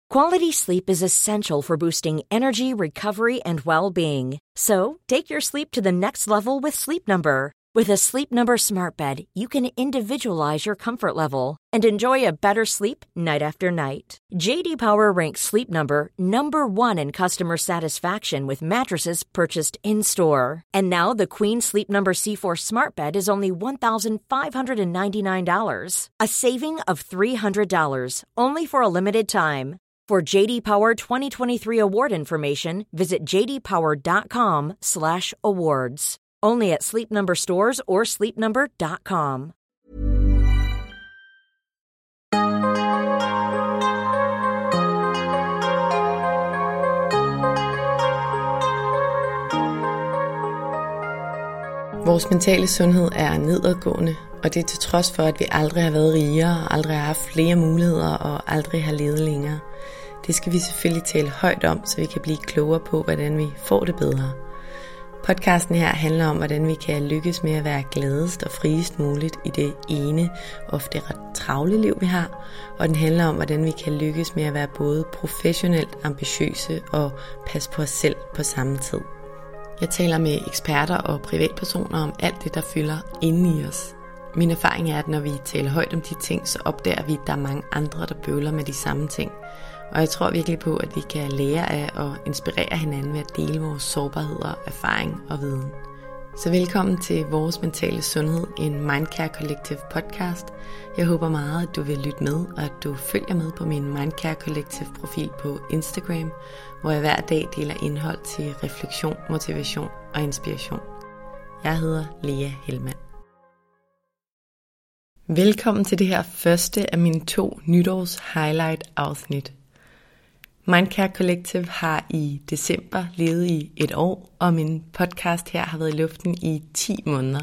Quality sleep is essential for boosting energy, recovery, and well-being. So, take your sleep to the next level with Sleep Number. With a Sleep Number smart bed, you can individualize your comfort level and enjoy a better sleep night after night. J.D. Power ranks Sleep Number number one in customer satisfaction with mattresses purchased in-store. And now the Queen Sleep Number C4 smart bed is only $1,599, a saving of $300, only for a limited time. For J.D. Power 2023 award information, visit jdpower.com/awards. Only at Sleep Number stores or sleepnumber.com. Vores mentale sundhed er nedadgående, og det er til trods for, at vi aldrig har været rigere, aldrig har haft flere muligheder og aldrig har levet længere. Det skal vi selvfølgelig tale højt om, så vi kan blive klogere på, hvordan vi får det bedre. Podcasten her handler om, hvordan vi kan lykkes med at være gladest og friest muligt i det ene, ofte ret travle liv, vi har. Og den handler om, hvordan vi kan lykkes med at være både professionelt ambitiøse og passe på os selv på samme tid. Jeg taler med eksperter og privatpersoner om alt det, der fylder inde i os. Min erfaring er, at når vi taler højt om de ting, så opdager vi, at der er mange andre, der bøvler med de samme ting. Og jeg tror virkelig på, at vi kan lære af og inspirere hinanden ved at dele vores sårbarheder, erfaring og viden. Så velkommen til Vores Mentale Sundhed, en Mindcare Collective podcast. Jeg håber meget, at du vil lytte med, og at du følger med på min Mindcare Collective profil på Instagram, hvor jeg hver dag deler indhold til refleksion, motivation og inspiration. Jeg hedder Lea Hellmann. Velkommen til det her første af mine 2 nytårs highlight afsnit. Mindcare Collective har i december levet i 1 år, og min podcast her har været i luften i 10 måneder.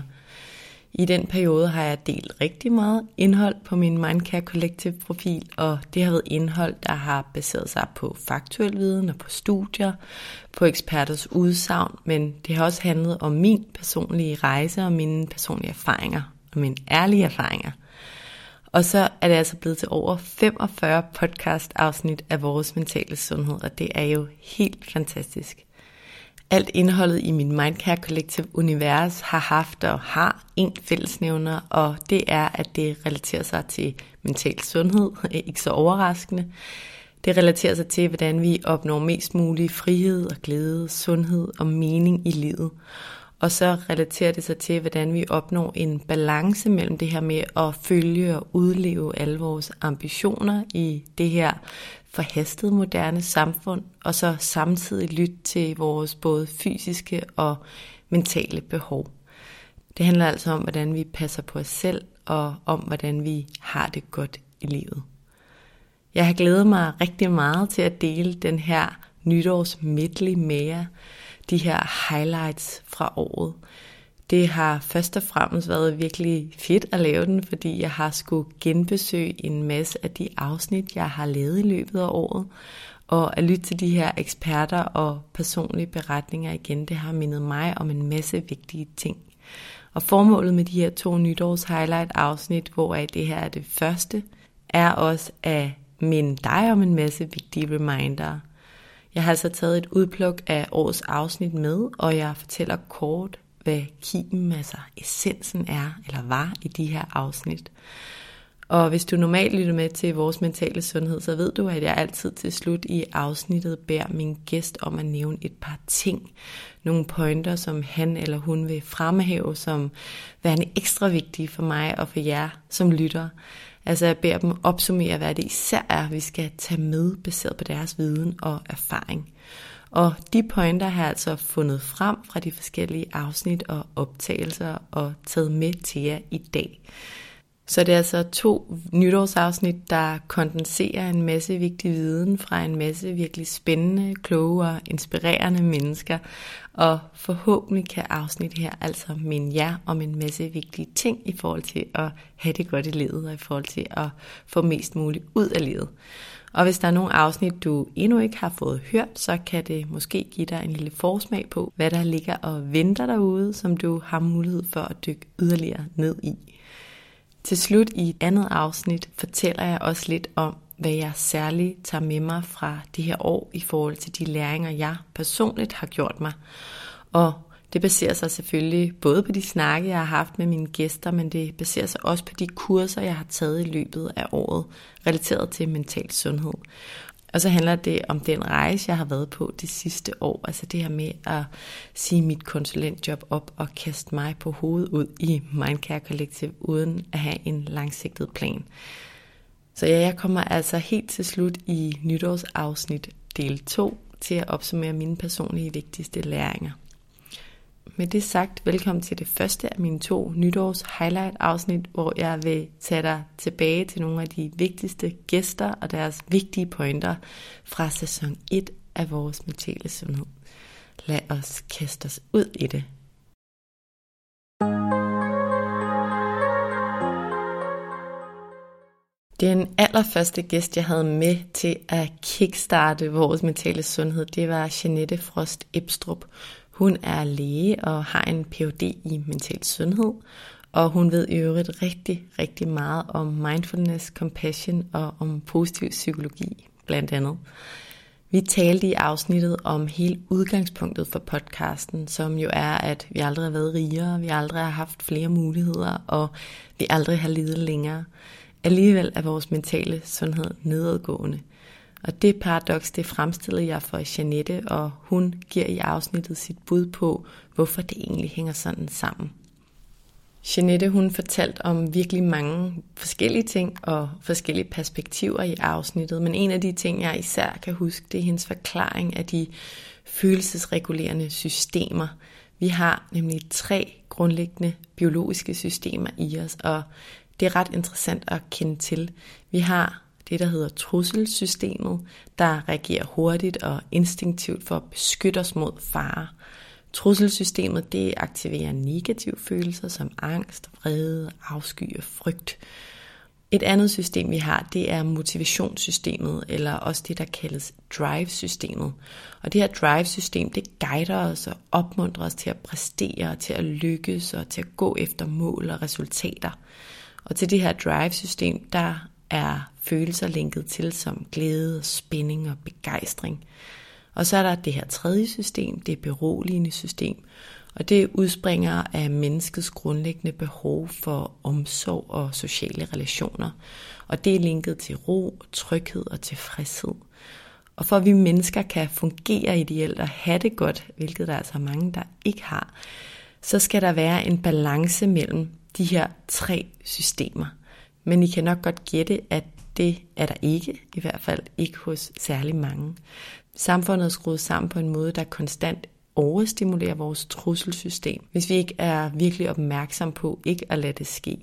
I den periode har jeg delt rigtig meget indhold på min Mindcare Collective profil, og det har været indhold, der har baseret sig på faktuel viden og på studier, på eksperters udsagn, men det har også handlet om min personlige rejse og mine personlige erfaringer og mine ærlige erfaringer. Og så er det altså blevet til over 45 podcast-afsnit af Vores Mentale Sundhed, og det er jo helt fantastisk. Alt indholdet i min Mindcare Collective univers har haft og har en fællesnævner, og det er, at det relaterer sig til mental sundhed, ikke så overraskende. Det relaterer sig til, hvordan vi opnår mest mulig frihed og glæde, sundhed og mening i livet. Og så relaterer det sig til, hvordan vi opnår en balance mellem det her med at følge og udleve alle vores ambitioner i det her forhastede moderne samfund, og så samtidig lytte til vores både fysiske og mentale behov. Det handler altså om, hvordan vi passer på os selv, og om, hvordan vi har det godt i livet. Jeg har glædet mig rigtig meget til at dele den her nytårs medley med jer, de her highlights fra året. Det har først og fremmest været virkelig fedt at lave den, fordi jeg har skulle genbesøge en masse af de afsnit, jeg har lavet i løbet af året. Og at lytte til de her eksperter og personlige beretninger igen, det har mindet mig om en masse vigtige ting. Og formålet med de her 2 nytårs highlight afsnit, hvoraf det her er det første, er også at minde dig om en masse vigtige reminder. Jeg har altså taget et udpluk af årets afsnit med, og jeg fortæller kort, hvad kimen, altså essensen er, eller var i de her afsnit. Og hvis du normalt lytter med til Vores Mentale Sundhed, så ved du, at jeg altid til slut i afsnittet beder min gæst om at nævne et par ting. Nogle pointer, som han eller hun vil fremhæve, som værende ekstra vigtige for mig og for jer som lytter. Altså jeg beder dem opsummere, hvad det især er, vi skal tage med, baseret på deres viden og erfaring. Og de pointer har jeg altså fundet frem fra de forskellige afsnit og optagelser og taget med til jer i dag. Så det er altså 2 nytårsafsnit, der kondenserer en masse vigtig viden fra en masse virkelig spændende, kloge og inspirerende mennesker. Og forhåbentlig kan afsnit her altså minde jer om en masse vigtige ting i forhold til at have det godt i livet og i forhold til at få mest muligt ud af livet. Og hvis der er nogle afsnit, du endnu ikke har fået hørt, så kan det måske give dig en lille forsmag på, hvad der ligger og venter derude, som du har mulighed for at dykke yderligere ned i. Til slut i et andet afsnit fortæller jeg også lidt om, hvad jeg særligt tager med mig fra det her år i forhold til de læringer, jeg personligt har gjort mig. Og det baserer sig selvfølgelig både på de snakke, jeg har haft med mine gæster, men det baserer sig også på de kurser, jeg har taget i løbet af året, relateret til mental sundhed. Og så handler det om den rejse, jeg har været på det sidste år. Altså det her med at sige mit konsulentjob op og kaste mig på hovedet ud i Mindcare Collective, uden at have en langsigtet plan. Så ja, jeg kommer altså helt til slut i nytårsafsnit del 2 til at opsummere mine personlige vigtigste læringer. Med det sagt, velkommen til det første af mine 2 nytårs highlight afsnit, hvor jeg vil tage dig tilbage til nogle af de vigtigste gæster og deres vigtige pointer fra sæson 1 af vores mentale sundhed. Lad os kaste os ud i det. Den allerførste gæst, jeg havde med til at kickstarte vores mentale sundhed, det var Jeanette Frost Ebstrup. Hun er læge og har en Ph.D. i mental sundhed, og hun ved i øvrigt rigtig, rigtig meget om mindfulness, compassion og om positiv psykologi, blandt andet. Vi talte i afsnittet om hele udgangspunktet for podcasten, som jo er, at vi aldrig har været rigere, vi aldrig har haft flere muligheder, og vi aldrig har levet længere. Alligevel er vores mentale sundhed nedadgående. Og det paradoks, det fremstillede jeg for Jeanette, og hun giver i afsnittet sit bud på, hvorfor det egentlig hænger sådan sammen. Jeanette, hun fortalte om virkelig mange forskellige ting og forskellige perspektiver i afsnittet, men en af de ting, jeg især kan huske, det er hendes forklaring af de følelsesregulerende systemer. Vi har nemlig 3 grundlæggende biologiske systemer i os, og det er ret interessant at kende til. Vi har det, der hedder trusselssystemet, der reagerer hurtigt og instinktivt for at beskytte os mod fare. Trusselssystemet, det aktiverer negative følelser som angst, vrede, afsky og frygt. Et andet system, vi har, det er motivationssystemet, eller også det, der kaldes drive-systemet. Og det her drive-system, det guider os og opmuntrer os til at præstere, til at lykkes og til at gå efter mål og resultater. Og til det her drive-system, der er følelser linket til som glæde, spænding og begejstring. Og så er der det her tredje system, det beroligende system, og det udspringer af menneskets grundlæggende behov for omsorg og sociale relationer. Og det er linket til ro, tryghed og tilfredshed. Og for at vi mennesker kan fungere ideelt og have det godt, hvilket der er altså mange, der ikke har, så skal der være en balance mellem de her 3 systemer. Men I kan nok godt gætte, at det er der ikke, i hvert fald ikke hos særlig mange. Samfundet er skruet sammen på en måde, der konstant overstimulerer vores trusselsystem, hvis vi ikke er virkelig opmærksom på ikke at lade det ske.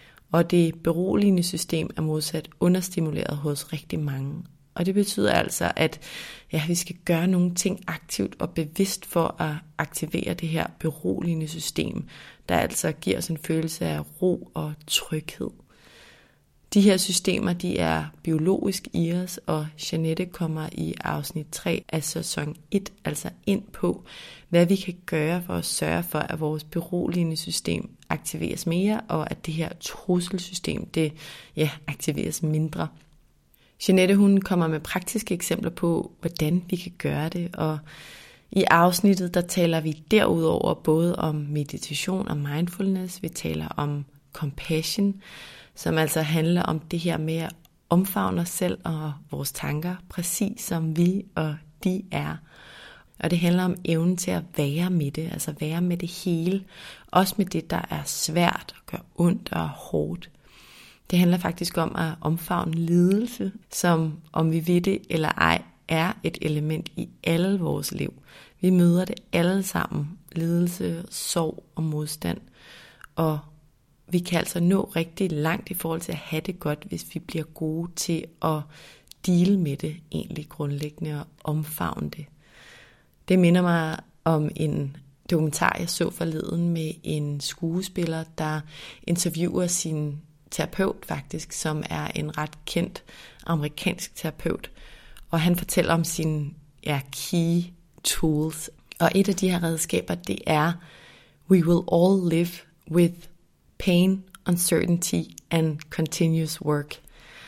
Og det beroligende system er modsat understimuleret hos rigtig mange. Og det betyder altså, at vi skal gøre nogle ting aktivt og bevidst for at aktivere det her beroligende system, der altså giver os en følelse af ro og tryghed. De her systemer, de er biologisk i os, og Jeanette kommer i afsnit 3 af sæson 1 altså ind på, hvad vi kan gøre for at sørge for, at vores beroligende system aktiveres mere, og at det her trusselsystem, det aktiveres mindre. Jeanette, hun kommer med praktiske eksempler på, hvordan vi kan gøre det, og i afsnittet, der taler vi derudover både om meditation og mindfulness, vi taler om compassion, som altså handler om det her med at omfavne os selv og vores tanker, præcis som vi og de er. Og det handler om evnen til at være med det, altså være med det hele, også med det, der er svært og gør ondt og hårdt. Det handler faktisk om at omfavne lidelse, som om vi ved det eller ej, er et element i alle vores liv. Vi møder det alle sammen, lidelse, sorg og modstand, og vi kan altså nå rigtig langt i forhold til at have det godt, hvis vi bliver gode til at deale med det egentlig grundlæggende og omfavne det. Det minder mig om en dokumentar, jeg så forleden med en skuespiller, der interviewer sin terapeut faktisk, som er en ret kendt amerikansk terapeut. Og han fortæller om sine key tools. Og et af de her redskaber, det er, we will all live with pain, uncertainty and continuous work.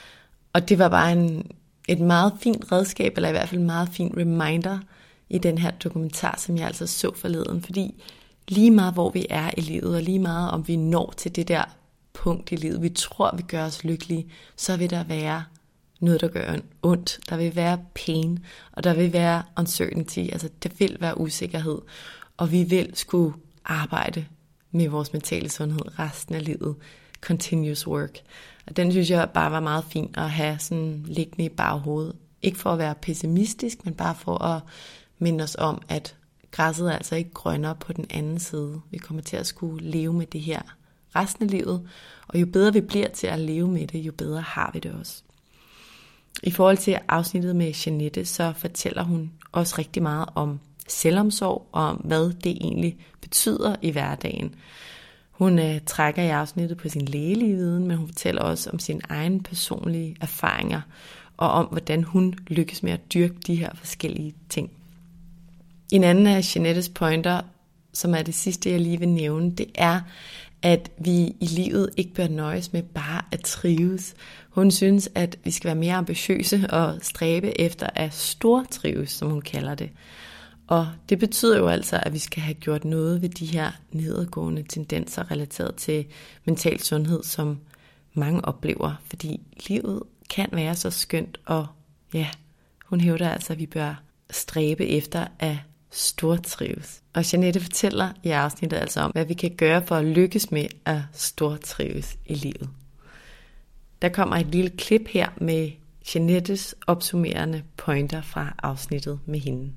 Og det var bare et meget fint redskab, eller i hvert fald en meget fin reminder i den her dokumentar, som jeg altså så forleden. Fordi lige meget hvor vi er i livet, og lige meget om vi når til det der punkt i livet, vi tror vi gør os lykkelige, så vil der være noget, der gør ondt. Der vil være pain, og der vil være uncertainty, altså der vil være usikkerhed. Og vi vil skulle arbejde med vores mentale sundhed resten af livet. Continuous work. Og den synes jeg bare var meget fint at have sådan liggende i baghovedet. Ikke for at være pessimistisk, men bare for at minde os om, at græsset er altså ikke grønnere på den anden side. Vi kommer til at skulle leve med det her resten af livet. Og jo bedre vi bliver til at leve med det, jo bedre har vi det også. I forhold til afsnittet med Jeanette, så fortæller hun også rigtig meget om selvomsorg, og om hvad det egentlig betyder i hverdagen. Hun trækker i afsnittet på sin lægelige viden, men hun fortæller også om sine egne personlige erfaringer, og om hvordan hun lykkes med at dyrke de her forskellige ting. En anden af Jeanettes pointer, som er det sidste, jeg lige vil nævne, det er, at vi i livet ikke bør nøjes med bare at trives. Hun synes, at vi skal være mere ambitiøse og stræbe efter at stortrives, som hun kalder det. Og det betyder jo altså, at vi skal have gjort noget ved de her nedadgående tendenser relateret til mental sundhed, som mange oplever. Fordi livet kan være så skønt, og ja, hun hævder altså, at vi bør stræbe efter at stortrives. Og Jeanette fortæller i afsnittet altså om, hvad vi kan gøre for at lykkes med at stortrives i livet. Der kommer et lille klip her med Jeanettes opsummerende pointer fra afsnittet med hende.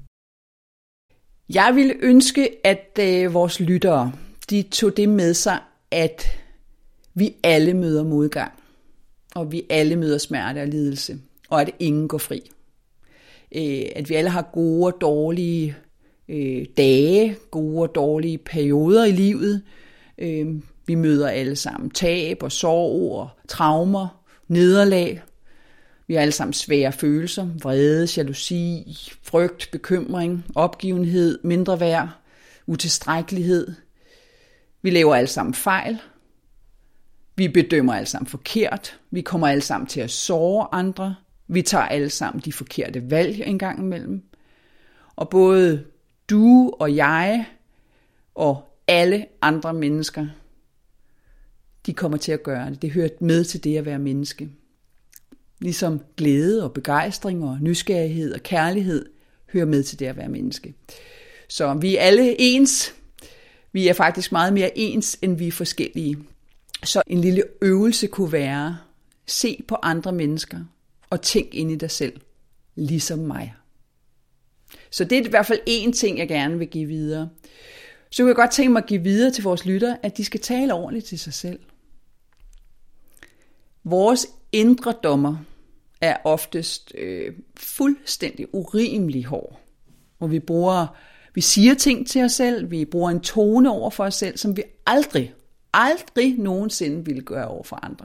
Jeg ville ønske, at vores lyttere, de tog det med sig, at vi alle møder modgang, og vi alle møder smerte og lidelse, og at ingen går fri. At vi alle har gode og dårlige dage, gode og dårlige perioder i livet. Vi møder alle sammen tab og sorg og traumer, nederlag. Vi har alle sammen svære følelser, vrede, jalousi, frygt, bekymring, opgivenhed, mindreværd, utilstrækkelighed. Vi laver alle sammen fejl. Vi bedømmer alle sammen forkert. Vi kommer alle sammen til at såre andre. Vi tager alle sammen de forkerte valg en gang imellem. Og både du og jeg og alle andre mennesker, de kommer til at gøre det. Det hører med til det at være menneske. Ligesom glæde og begejstring og nysgerrighed og kærlighed hører med til det at være menneske. Så vi er alle ens. Vi er faktisk meget mere ens, end vi er forskellige. Så en lille øvelse kunne være, se på andre mennesker og tænk ind i dig selv, ligesom mig. Så det er i hvert fald én ting, jeg gerne vil give videre. Så kunne jeg godt tænke mig at give videre til vores lyttere, at de skal tale ordentligt til sig selv. Vores indre dommer er oftest fuldstændig urimelig hård. Og vi siger ting til os selv, vi bruger en tone over for os selv, som vi aldrig nogensinde ville gøre over for andre.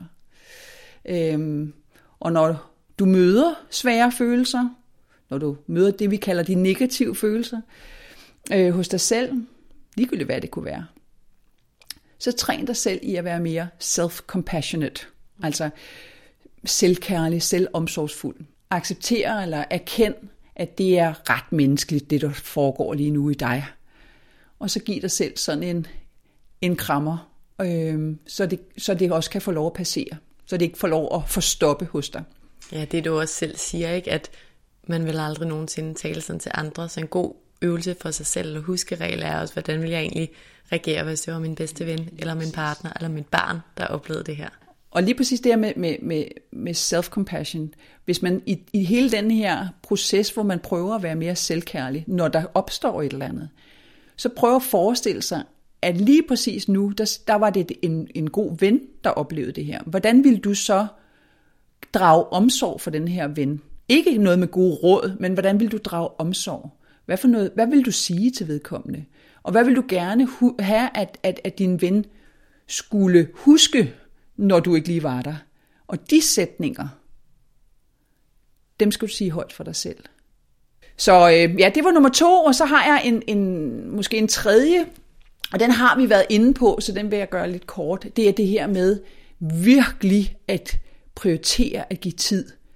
Og når du møder svære følelser, når du møder det, vi kalder de negative følelser hos dig selv, ligegyldigt hvad det kunne være, så træn dig selv i at være mere self-compassionate, altså selvkærlig, selvomsorgsfuld. Acceptere eller erkend, at det er ret menneskeligt, det der foregår lige nu i dig. Og så giv dig selv sådan en krammer, så det også kan få lov at passere, så det ikke får lov at forstoppe hos dig. Ja, det du også selv siger, ikke, at man vil aldrig nogensinde tale sådan til andre, så en god øvelse for sig selv og huskeregel er også, hvordan vil jeg egentlig reagere, hvis det var min bedste ven, eller min partner, eller mit barn, der oplevede det her. Og lige præcis det her med self-compassion, hvis man i hele den her proces, hvor man prøver at være mere selvkærlig, når der opstår et eller andet, så prøv at forestille sig, at lige præcis nu, der var det en god ven, der oplevede det her. Hvordan vil du så drage omsorg for den her ven? Ikke noget med gode råd, men hvordan vil du drage omsorg? Hvad vil du sige til vedkommende? Og hvad vil du gerne have, at din ven skulle huske, når du ikke lige var der? Og de sætninger, dem skal du sige højt for dig selv. Så det var nummer 2, og så har jeg måske en tredje, og den har vi været inde på, så den vil jeg gøre lidt kort. Det er det her med virkelig at prioritere at give tid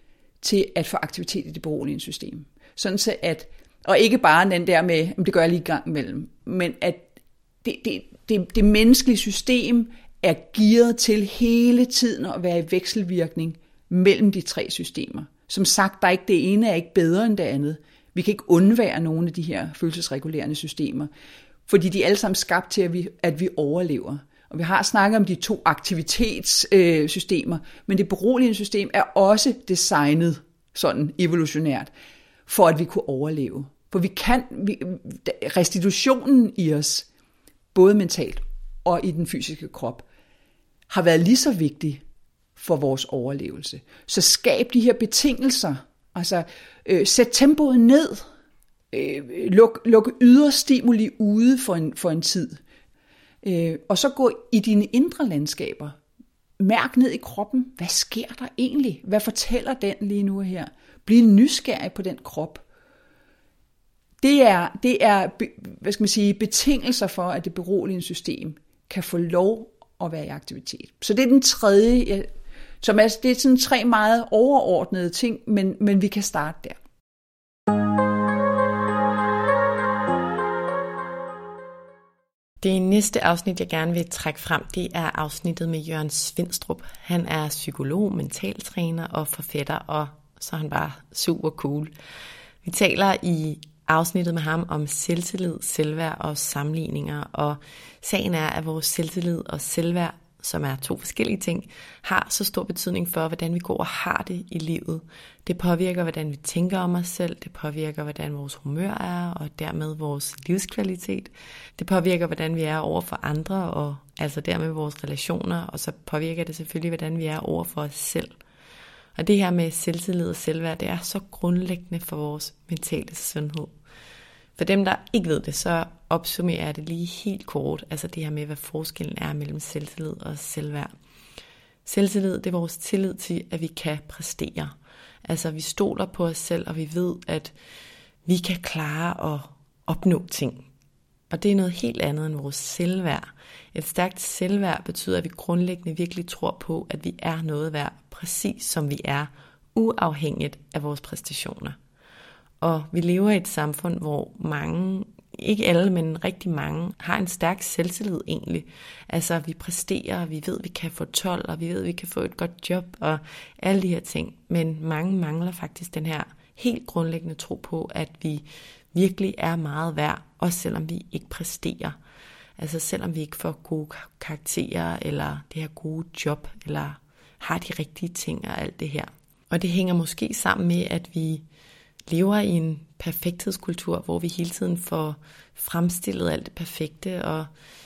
til at få aktivitet i det beroligende system. Sådan så at, og ikke bare den der med, det gør jeg lige i gang imellem, men at det menneskelige system er gearet til hele tiden at være i vekselvirkning mellem de tre systemer. Som sagt, det ene er ikke bedre end det andet. Vi kan ikke undvære nogle af de her følelsesregulerende systemer, fordi de er alle sammen skabt til, at vi overlever. Og vi har snakket om de to aktivitetssystemer, men det beroligende system er også designet sådan evolutionært, for at vi kunne overleve. For restitutionen i os, både mentalt og i den fysiske krop, har været lige så vigtig for vores overlevelse. Så skab de her betingelser, altså sæt tempoet ned, luk ydre stimuli ude for en tid, og så gå i dine indre landskaber. Mærk ned i kroppen, hvad sker der egentlig? Hvad fortæller den lige nu her? Bliv nysgerrig på den krop. Det er hvad skal man sige, betingelser for, at det beroligende system kan få lov at være i aktivitet. Så det er den tredje, det er sådan 3 meget overordnede ting, men vi kan starte der. Det næste afsnit, jeg gerne vil trække frem, det er afsnittet med Jørgen Svendstrup. Han er psykolog, mentaltræner og forfatter, og så er han bare super cool. Vi taler i afsnittet med ham om selvtillid, selvværd og sammenligninger, og sagen er, at vores selvtillid og selvværd, som er 2 forskellige ting, har så stor betydning for, hvordan vi går og har det i livet. Det påvirker, hvordan vi tænker om os selv, det påvirker, hvordan vores humør er, og dermed vores livskvalitet. Det påvirker, hvordan vi er over for andre, og altså dermed vores relationer, og så påvirker det selvfølgelig, hvordan vi er over for os selv. Og det her med selvtillid og selvværd, det er så grundlæggende for vores mentale sundhed. For dem, der ikke ved det, så opsummerer jeg det lige helt kort. Altså det her med, hvad forskellen er mellem selvtillid og selvværd. Selvtillid, det er vores tillid til, at vi kan præstere. Altså vi stoler på os selv, og vi ved, at vi kan klare at opnå ting. Og det er noget helt andet end vores selvværd. Et stærkt selvværd betyder, at vi grundlæggende virkelig tror på, at vi er noget værd, præcis som vi er, uafhængigt af vores præstationer. Og vi lever i et samfund, hvor mange, ikke alle, men rigtig mange, har en stærk selvtillid egentlig. Altså vi præsterer, vi ved, vi kan få 12, og vi ved, vi kan få et godt job, og alle de her ting. Men mange mangler faktisk den her helt grundlæggende tro på, at vi virkelig er meget værd, også selvom vi ikke præsterer. Altså selvom vi ikke får gode karakterer, eller det her gode job, eller har de rigtige ting og alt det her. Og det hænger måske sammen med, at vi lever i en perfekthedskultur, hvor vi hele tiden får fremstillet alt det perfekte, og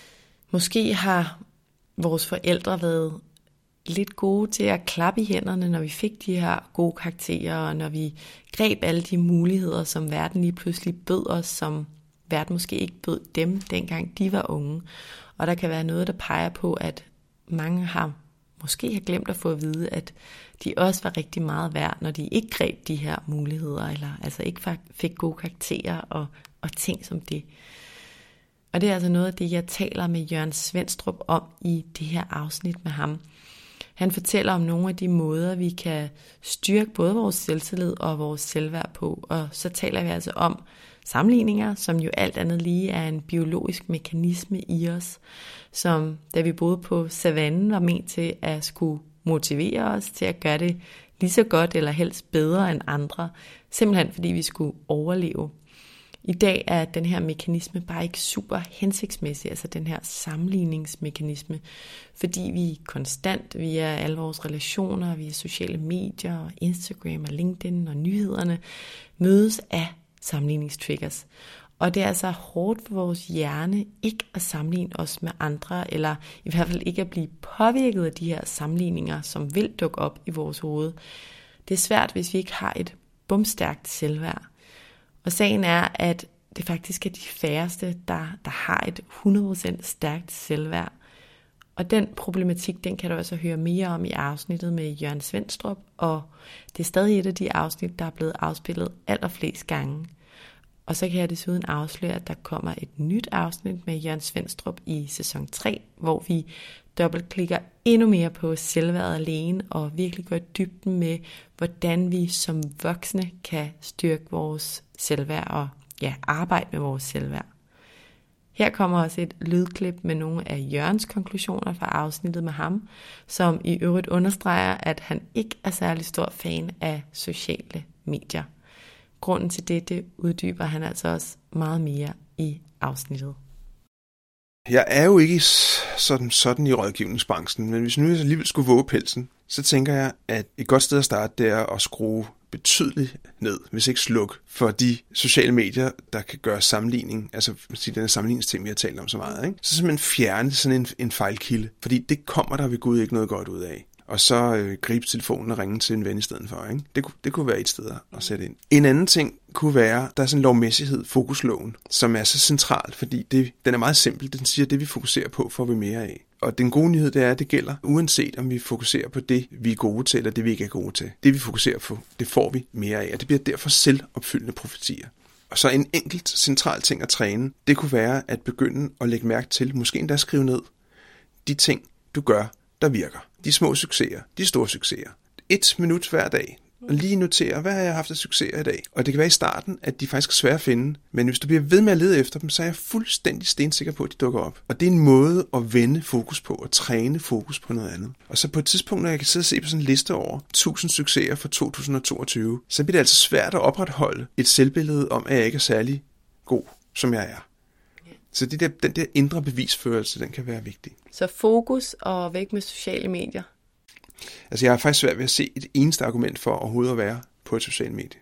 måske har vores forældre været lidt gode til at klappe i hænderne, når vi fik de her gode karakterer, og når vi greb alle de muligheder, som verden lige pludselig bød os, som verden måske ikke bød dem, dengang de var unge. Og der kan være noget, der peger på, at mange måske har glemt at få at vide, at de også var rigtig meget værd, når de ikke greb de her muligheder, eller altså ikke fik gode karakterer og ting som det. Og det er altså noget af det, jeg taler med Jørgen Svendstrup om i det her afsnit med ham. Han fortæller om nogle af de måder, vi kan styrke både vores selvtillid og vores selvværd på. Og så taler vi altså om sammenligninger, som jo alt andet lige er en biologisk mekanisme i os, som da vi boede på savannen var ment til at skulle motivere os til at gøre det lige så godt eller helst bedre end andre, simpelthen fordi vi skulle overleve. I dag er den her mekanisme bare ikke super hensigtsmæssig, altså den her sammenligningsmekanisme, fordi vi konstant via alle vores relationer, via sociale medier, Instagram og LinkedIn og nyhederne, mødes af sammenligningstriggers. Og det er altså hårdt for vores hjerne ikke at sammenligne os med andre, eller i hvert fald ikke at blive påvirket af de her sammenligninger, som vil dukke op i vores hoved. Det er svært, hvis vi ikke har et bumstærkt selvværd. Og sagen er, at det faktisk er de færreste, der har et 100% stærkt selvværd. Og den problematik, den kan du også høre mere om i afsnittet med Jørgen Svendstrup, og det er stadig et af de afsnit, der er blevet afspillet allerflest gange. Og så kan jeg desuden afsløre, at der kommer et nyt afsnit med Jørgen Svendstrup i sæson 3, hvor vi dobbeltklikker endnu mere på selvværd alene og virkelig går i dybden med, hvordan vi som voksne kan styrke vores selvværd og arbejde med vores selvværd. Her kommer også et lydklip med nogle af Jørgens konklusioner fra afsnittet med ham, som i øvrigt understreger, at han ikke er særlig stor fan af sociale medier. Grunden til det uddyber han altså også meget mere i afsnittet. Jeg er jo ikke sådan i rådgivningsbranchen, men hvis nu jeg alligevel skulle våge pelsen, så tænker jeg, at et godt sted at starte, det er at skrue betydeligt ned, hvis ikke sluk, for de sociale medier, der kan gøre sammenligning, altså den her sammenligningsting, vi har talt om så meget, ikke? Så simpelthen fjerne sådan en fejlkilde, fordi det kommer der ved Gud ikke noget godt ud af. Og så gribe telefonen og ringe til en ven i stedet for, ikke? Det kunne være et sted at sætte ind. En anden ting kunne være, der er sådan en lovmæssighed, fokusloven, som er så central, fordi den er meget simpel. Den siger, at det vi fokuserer på, får vi mere af. Og den gode nyhed, det er, at det gælder, uanset om vi fokuserer på det, vi er gode til, eller det, vi ikke er gode til. Det, vi fokuserer på, det får vi mere af, og det bliver derfor selvopfyldende profetier. Og så en enkelt central ting at træne, det kunne være at begynde at lægge mærke til, måske endda skrive ned, de ting, du gør, der virker. De små succeser, de store succeser. 1 minut hver dag. Og lige notere, hvad har jeg haft af succeser i dag? Og det kan være i starten, at de faktisk er svære at finde. Men hvis du bliver ved med at lede efter dem, så er jeg fuldstændig stensikker på, at de dukker op. Og det er en måde at vende fokus på, og træne fokus på noget andet. Og så på et tidspunkt, når jeg kan sidde og se på sådan en liste over 1000 succeser for 2022, så bliver det altså svært at opretholde et selvbillede om, at jeg ikke er særlig god, som jeg er. Så den der indre bevisførelse, den kan være vigtig. Så fokus og væk med sociale medier. Altså jeg har faktisk svært ved at se et eneste argument for overhovedet at være på et socialt medie.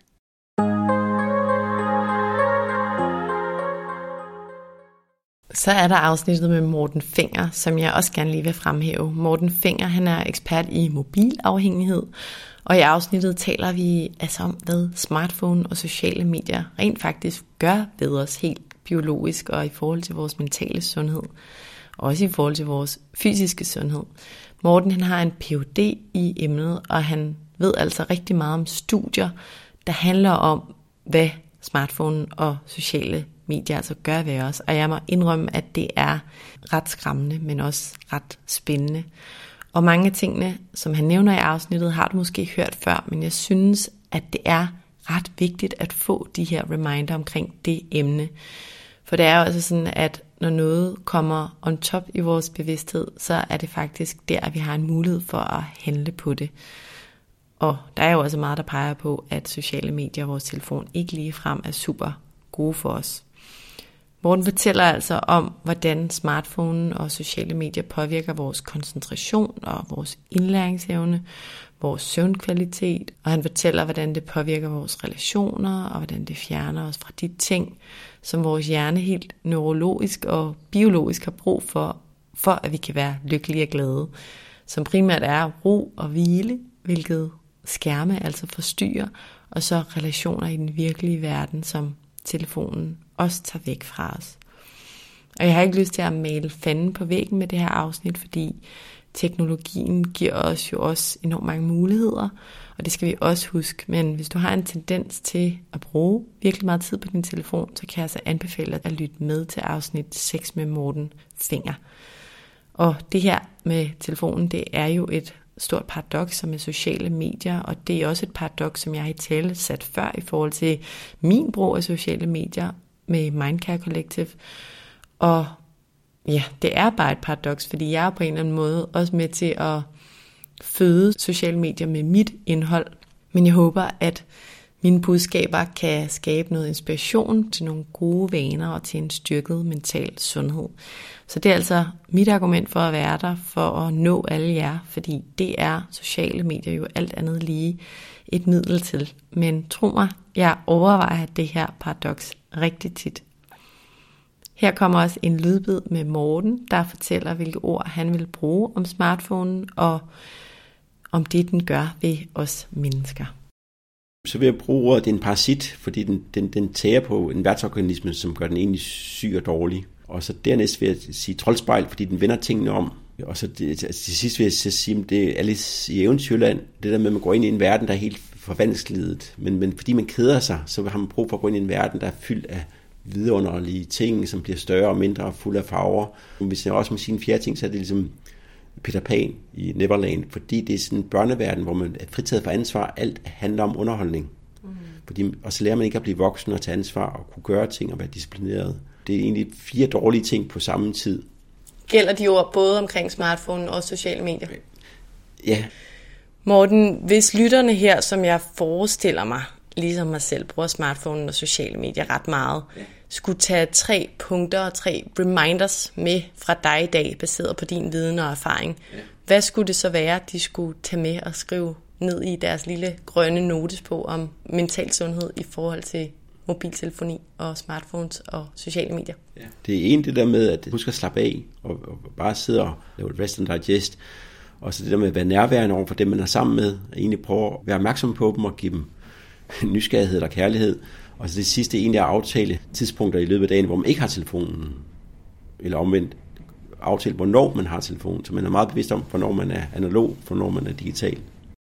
Så er der afsnittet med Morten Fenger, som jeg også gerne lige vil fremhæve. Morten Fenger, han er ekspert i mobilafhængighed, og i afsnittet taler vi altså om, hvad smartphone og sociale medier rent faktisk gør ved os helt biologisk og i forhold til vores mentale sundhed, og også i forhold til vores fysiske sundhed. Morten, han har en Ph.D. i emnet, og han ved altså rigtig meget om studier, der handler om, hvad smartphone og sociale medier altså gør ved os. Og jeg må indrømme, at det er ret skræmmende, men også ret spændende. Og mange af tingene, som han nævner i afsnittet, har du måske hørt før, men jeg synes, at det er ret vigtigt at få de her reminder omkring det emne. For det er jo altså sådan, at når noget kommer on top i vores bevidsthed, så er det faktisk der, at vi har en mulighed for at handle på det. Og der er jo også meget, der peger på, at sociale medier og vores telefon ikke ligefrem er super gode for os. Morten fortæller altså om, hvordan smartphone og sociale medier påvirker vores koncentration og vores indlæringsevne, vores søvnkvalitet, og han fortæller, hvordan det påvirker vores relationer, og hvordan det fjerner os fra de ting, som vores hjerne helt neurologisk og biologisk har brug for at vi kan være lykkelige og glade, som primært er ro og hvile, hvilket skærme altså forstyrrer, og så relationer i den virkelige verden, som telefonen også tager væk fra os. Og jeg har ikke lyst til at male fanden på væggen med det her afsnit, fordi teknologien giver os jo også enormt mange muligheder, og det skal vi også huske. Men hvis du har en tendens til at bruge virkelig meget tid på din telefon, så kan jeg altså anbefale dig at lytte med til afsnit 6 med Morten Fenger. Og det her med telefonen, det er jo et stort paradoks med sociale medier, og det er også et paradoks, som jeg har i tale sat før i forhold til min brug af sociale medier med Mindcare Collective. Og ja, det er bare et paradoks, fordi jeg er på en eller anden måde også med til at føde sociale medier med mit indhold. Men jeg håber, at mine budskaber kan skabe noget inspiration til nogle gode vaner og til en styrket mental sundhed. Så det er altså mit argument for at være der, for at nå alle jer, fordi det er sociale medier jo alt andet lige et middel til. Men tro mig, jeg overvejer det her paradoks rigtig tit. Her kommer også en lydbid med Morten, der fortæller, hvilke ord han vil bruge om smartphonen, og om det, den gør ved os mennesker. Så vil jeg bruge ordet, det er en parasit, fordi den tager på en værtsorganisme, som gør den egentlig syg og dårlig. Og så dernæst vil jeg sige troldspejl, fordi den vender tingene om. Og så til sidst vil jeg sige, at det er Alice i Eventyrland. Det der med, at man går ind i en verden, der er helt forvanskeliget. Men fordi man keder sig, så har man brug for at gå ind i en verden, der er fyldt af vidunderlige ting, som bliver større og mindre og fuld af farver. Hvis jeg også med sine fjerde ting, så er det ligesom Peter Pan i Neverland, fordi det er sådan en børneverden, hvor man er fritaget for ansvar. Alt handler om underholdning. Og så lærer man ikke at blive voksen og tage ansvar og kunne gøre ting og være disciplineret. Det er egentlig 4 dårlige ting på samme tid. Gælder de ord både omkring smartphone og sociale medier? Ja. Morten, hvis lytterne her, som jeg forestiller mig, ligesom mig selv, bruger smartphone og sociale medier ret meget, skulle tage 3 punkter og 3 reminders med fra dig i dag, baseret på din viden og erfaring. Hvad skulle det så være, de skulle tage med og skrive ned i deres lille grønne notesbog om mental sundhed i forhold til mobiltelefoni og smartphones og sociale medier? Det er det der med at huske at slappe af og bare sidde og lave et rest and digest. Og så det der med at være nærværende over for dem, man er sammen med, og egentlig prøve at være opmærksom på dem og give dem nysgerrighed eller kærlighed. Og så det sidste egentlig er at aftale tidspunkter i løbet af dagen, hvor man ikke har telefonen, eller omvendt aftale, hvornår man har telefonen, så man er meget bevidst om, hvornår man er analog, hvornår man er digital.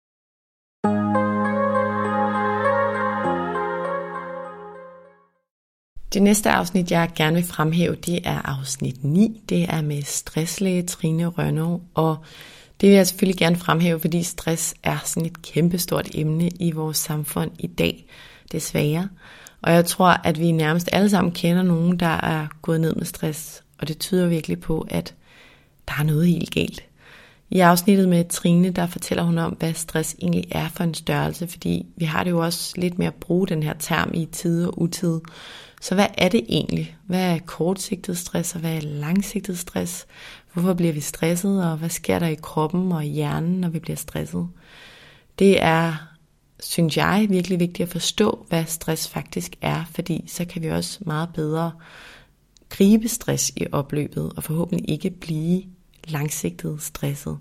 Det næste afsnit, jeg gerne vil fremhæve, det er afsnit 9. Det er med stresslæge Trine Rønnow, og det vil jeg selvfølgelig gerne fremhæve, fordi stress er sådan et kæmpestort emne i vores samfund i dag, desværre. Og jeg tror, at vi nærmest alle sammen kender nogen, der er gået ned med stress, og det tyder virkelig på, at der er noget helt galt. I afsnittet med Trine, der fortæller hun om, hvad stress egentlig er for en størrelse, fordi vi har det jo også lidt med at bruge den her term i tide og utide. Så hvad er det egentlig? Hvad er kortsigtet stress, og hvad er langsigtet stress? Hvorfor bliver vi stresset, og hvad sker der i kroppen og i hjernen, når vi bliver stresset? Det er, synes jeg, virkelig vigtigt at forstå, hvad stress faktisk er, fordi så kan vi også meget bedre gribe stress i opløbet, og forhåbentlig ikke blive langsigtet stresset.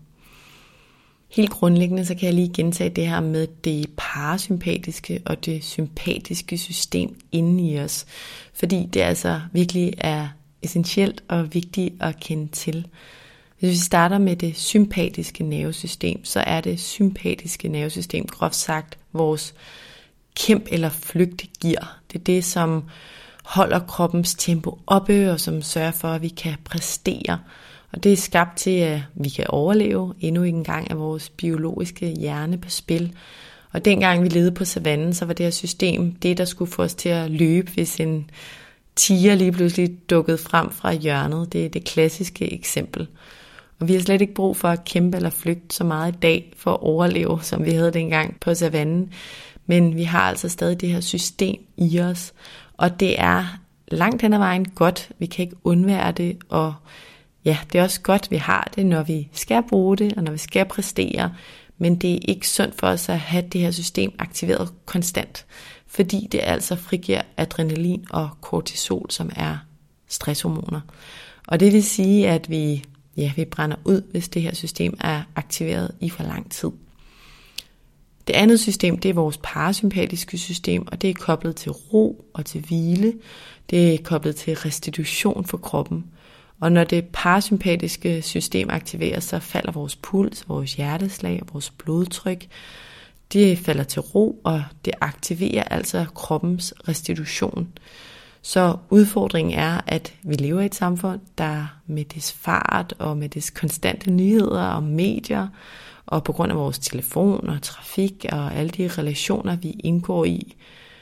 Helt grundlæggende så kan jeg lige gentage det her med det parasympatiske og det sympatiske system inde i os, fordi det altså virkelig er essentielt og vigtigt at kende til. Hvis vi starter med det sympatiske nervesystem, så er det sympatiske nervesystem groft sagt vores kæmp- eller flygtgear. Det er det, som holder kroppens tempo oppe og som sørger for, at vi kan præstere. Og det er skabt til, at vi kan overleve. Endnu ikke engang af vores biologiske hjerne på spil. Og dengang vi levede på savannen, så var det her system det, der skulle få os til at løbe, hvis en tiger lige pludselig dukkede frem fra hjørnet. Det er det klassiske eksempel. Og vi har slet ikke brug for at kæmpe eller flygte så meget i dag for at overleve, som vi havde dengang på savannen. Men vi har altså stadig det her system i os. Og det er langt hen ad vejen godt. Vi kan ikke undvære det, og ja, det er også godt, vi har det, når vi skal bruge det, og når vi skal præstere, men det er ikke sundt for os at have det her system aktiveret konstant, fordi det altså frigiver adrenalin og kortisol, som er stresshormoner. Og det vil sige, at vi brænder ud, hvis det her system er aktiveret i for lang tid. Det andet system, det er vores parasympatiske system, og det er koblet til ro og til hvile. Det er koblet til restitution for kroppen. Og når det parasympatiske system aktiveres, så falder vores puls, vores hjerteslag og vores blodtryk. Det falder til ro, og det aktiverer altså kroppens restitution. Så udfordringen er, at vi lever i et samfund, der med dets fart og med dets konstante nyheder og medier, og på grund af vores telefon og trafik og alle de relationer, vi indgår i,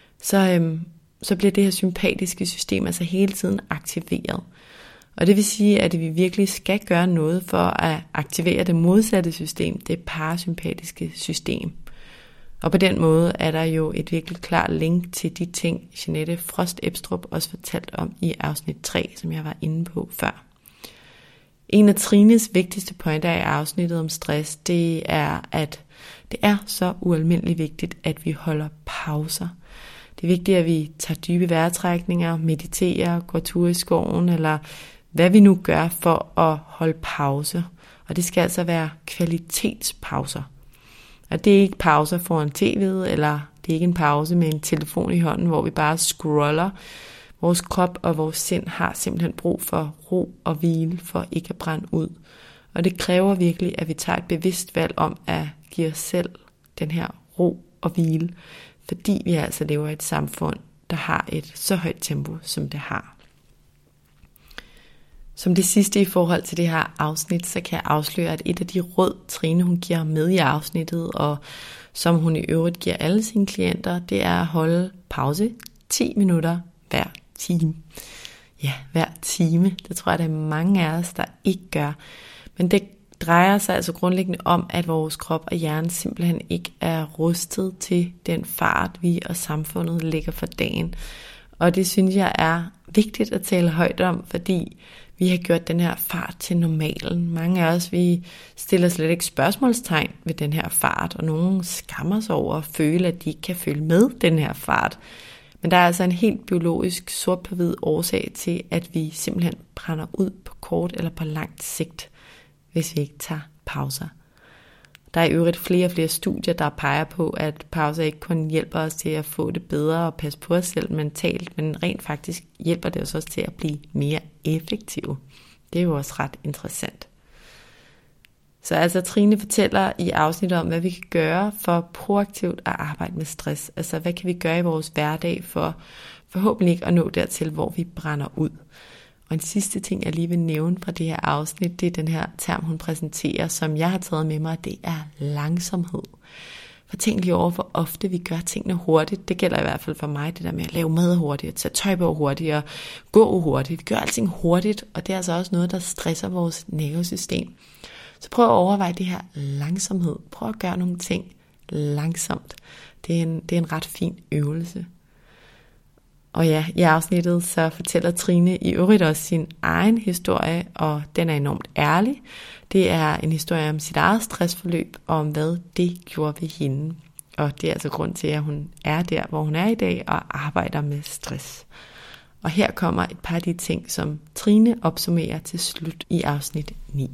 så bliver det her sympatiske system altså hele tiden aktiveret. Og det vil sige, at vi virkelig skal gøre noget for at aktivere det modsatte system, det parasympatiske system. Og på den måde er der jo et virkelig klart link til de ting, Jeanette Frost Ebstrup også fortalte om i afsnit 3, som jeg var inde på før. En af Trines vigtigste pointer i afsnittet om stress, det er, at det er så ualmindeligt vigtigt, at vi holder pauser. Det er vigtigt, at vi tager dybe vejrtrækninger, mediterer, går tur i skoven, eller hvad vi nu gør for at holde pause. Og det skal altså være kvalitetspauser. Og det er ikke pauser foran tv'et, eller det er ikke en pause med en telefon i hånden, hvor vi bare scroller. Vores krop og vores sind har simpelthen brug for ro og hvile, for ikke at brænde ud. Og det kræver virkelig, at vi tager et bevidst valg om at give os selv den her ro og hvile, fordi vi altså lever i et samfund, der har et så højt tempo, som det har. Som det sidste i forhold til det her afsnit, så kan jeg afsløre, at et af de råd, Trine hun giver med i afsnittet, og som hun i øvrigt giver alle sine klienter, det er at holde pause 10 minutter hver time. Ja, hver time. Det tror jeg, der er mange af os, der ikke gør. Men det drejer sig altså grundlæggende om, at vores krop og hjerne simpelthen ikke er rustet til den fart, vi og samfundet lægger for dagen. Og det synes jeg er vigtigt at tale højt om, fordi vi har gjort den her fart til normalen. Mange af os, vi stiller slet ikke spørgsmålstegn ved den her fart, og nogen skammer sig over at føle, at de ikke kan følge med den her fart. Men der er altså en helt biologisk sort på hvid årsag til, at vi simpelthen brænder ud på kort eller på langt sigt, hvis vi ikke tager pauser. Der er i øvrigt flere og flere studier, der peger på, at pauser ikke kun hjælper os til at få det bedre og passe på os selv mentalt, men rent faktisk hjælper det os også til at blive mere effektive. Det er jo også ret interessant. Så altså Trine fortæller i afsnittet om, hvad vi kan gøre for proaktivt at arbejde med stress. Altså hvad kan vi gøre i vores hverdag for forhåbentlig ikke at nå dertil, hvor vi brænder ud. Og en sidste ting, jeg lige vil nævne fra det her afsnit, det er den her term, hun præsenterer, som jeg har taget med mig, det er langsomhed. For tænk lige over, hvor ofte vi gør tingene hurtigt. Det gælder i hvert fald for mig, det der med at lave mad hurtigt, at tage tøj på hurtigt og gå hurtigt. Vi gør alting hurtigt, og det er altså også noget, der stresser vores nervesystem. Så prøv at overveje det her langsomhed. Prøv at gøre nogle ting langsomt. Det er en ret fin øvelse. Og ja, i afsnittet så fortæller Trine i øvrigt også sin egen historie, og den er enormt ærlig. Det er en historie om sit eget stressforløb, og om hvad det gjorde ved hende. Og det er altså grund til, at hun er der, hvor hun er i dag, og arbejder med stress. Og her kommer et par af de ting, som Trine opsummerer til slut i afsnit 9.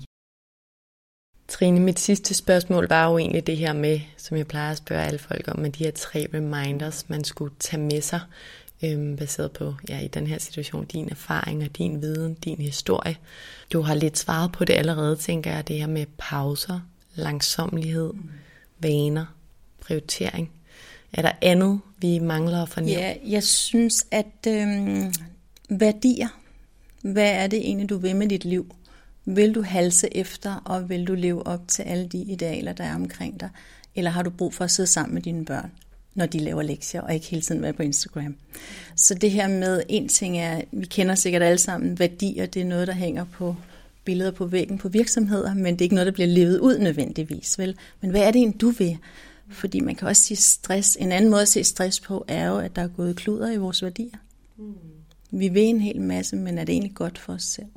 Trine, mit sidste spørgsmål var jo egentlig det her med, som jeg plejer at spørge alle folk om, med de her 3 reminders, man skulle tage med sig, baseret på, i den her situation, din erfaring og din viden, din historie. Du har lidt svaret på det allerede, tænker jeg, det her med pauser, langsommelighed, vaner, prioritering. Er der andet, vi mangler at fornemme? Ja, jeg synes, at værdier, hvad er det egentlig, du vil med dit liv? Vil du halse efter, og vil du leve op til alle de idealer, der er omkring dig? Eller har du brug for at sidde sammen med dine børn, når de laver lektier, og ikke hele tiden være på Instagram? Så det her med, en ting er, vi kender sikkert alle sammen, værdier, det er noget, der hænger på billeder på væggen på virksomheder, men det er ikke noget, der bliver levet ud nødvendigvis, vel? Men hvad er det egentlig, du vil? Fordi man kan også sige stress. En anden måde at se stress på, er jo, at der er gået kluder i vores værdier. Vi vil en hel masse, men er det egentlig godt for os selv?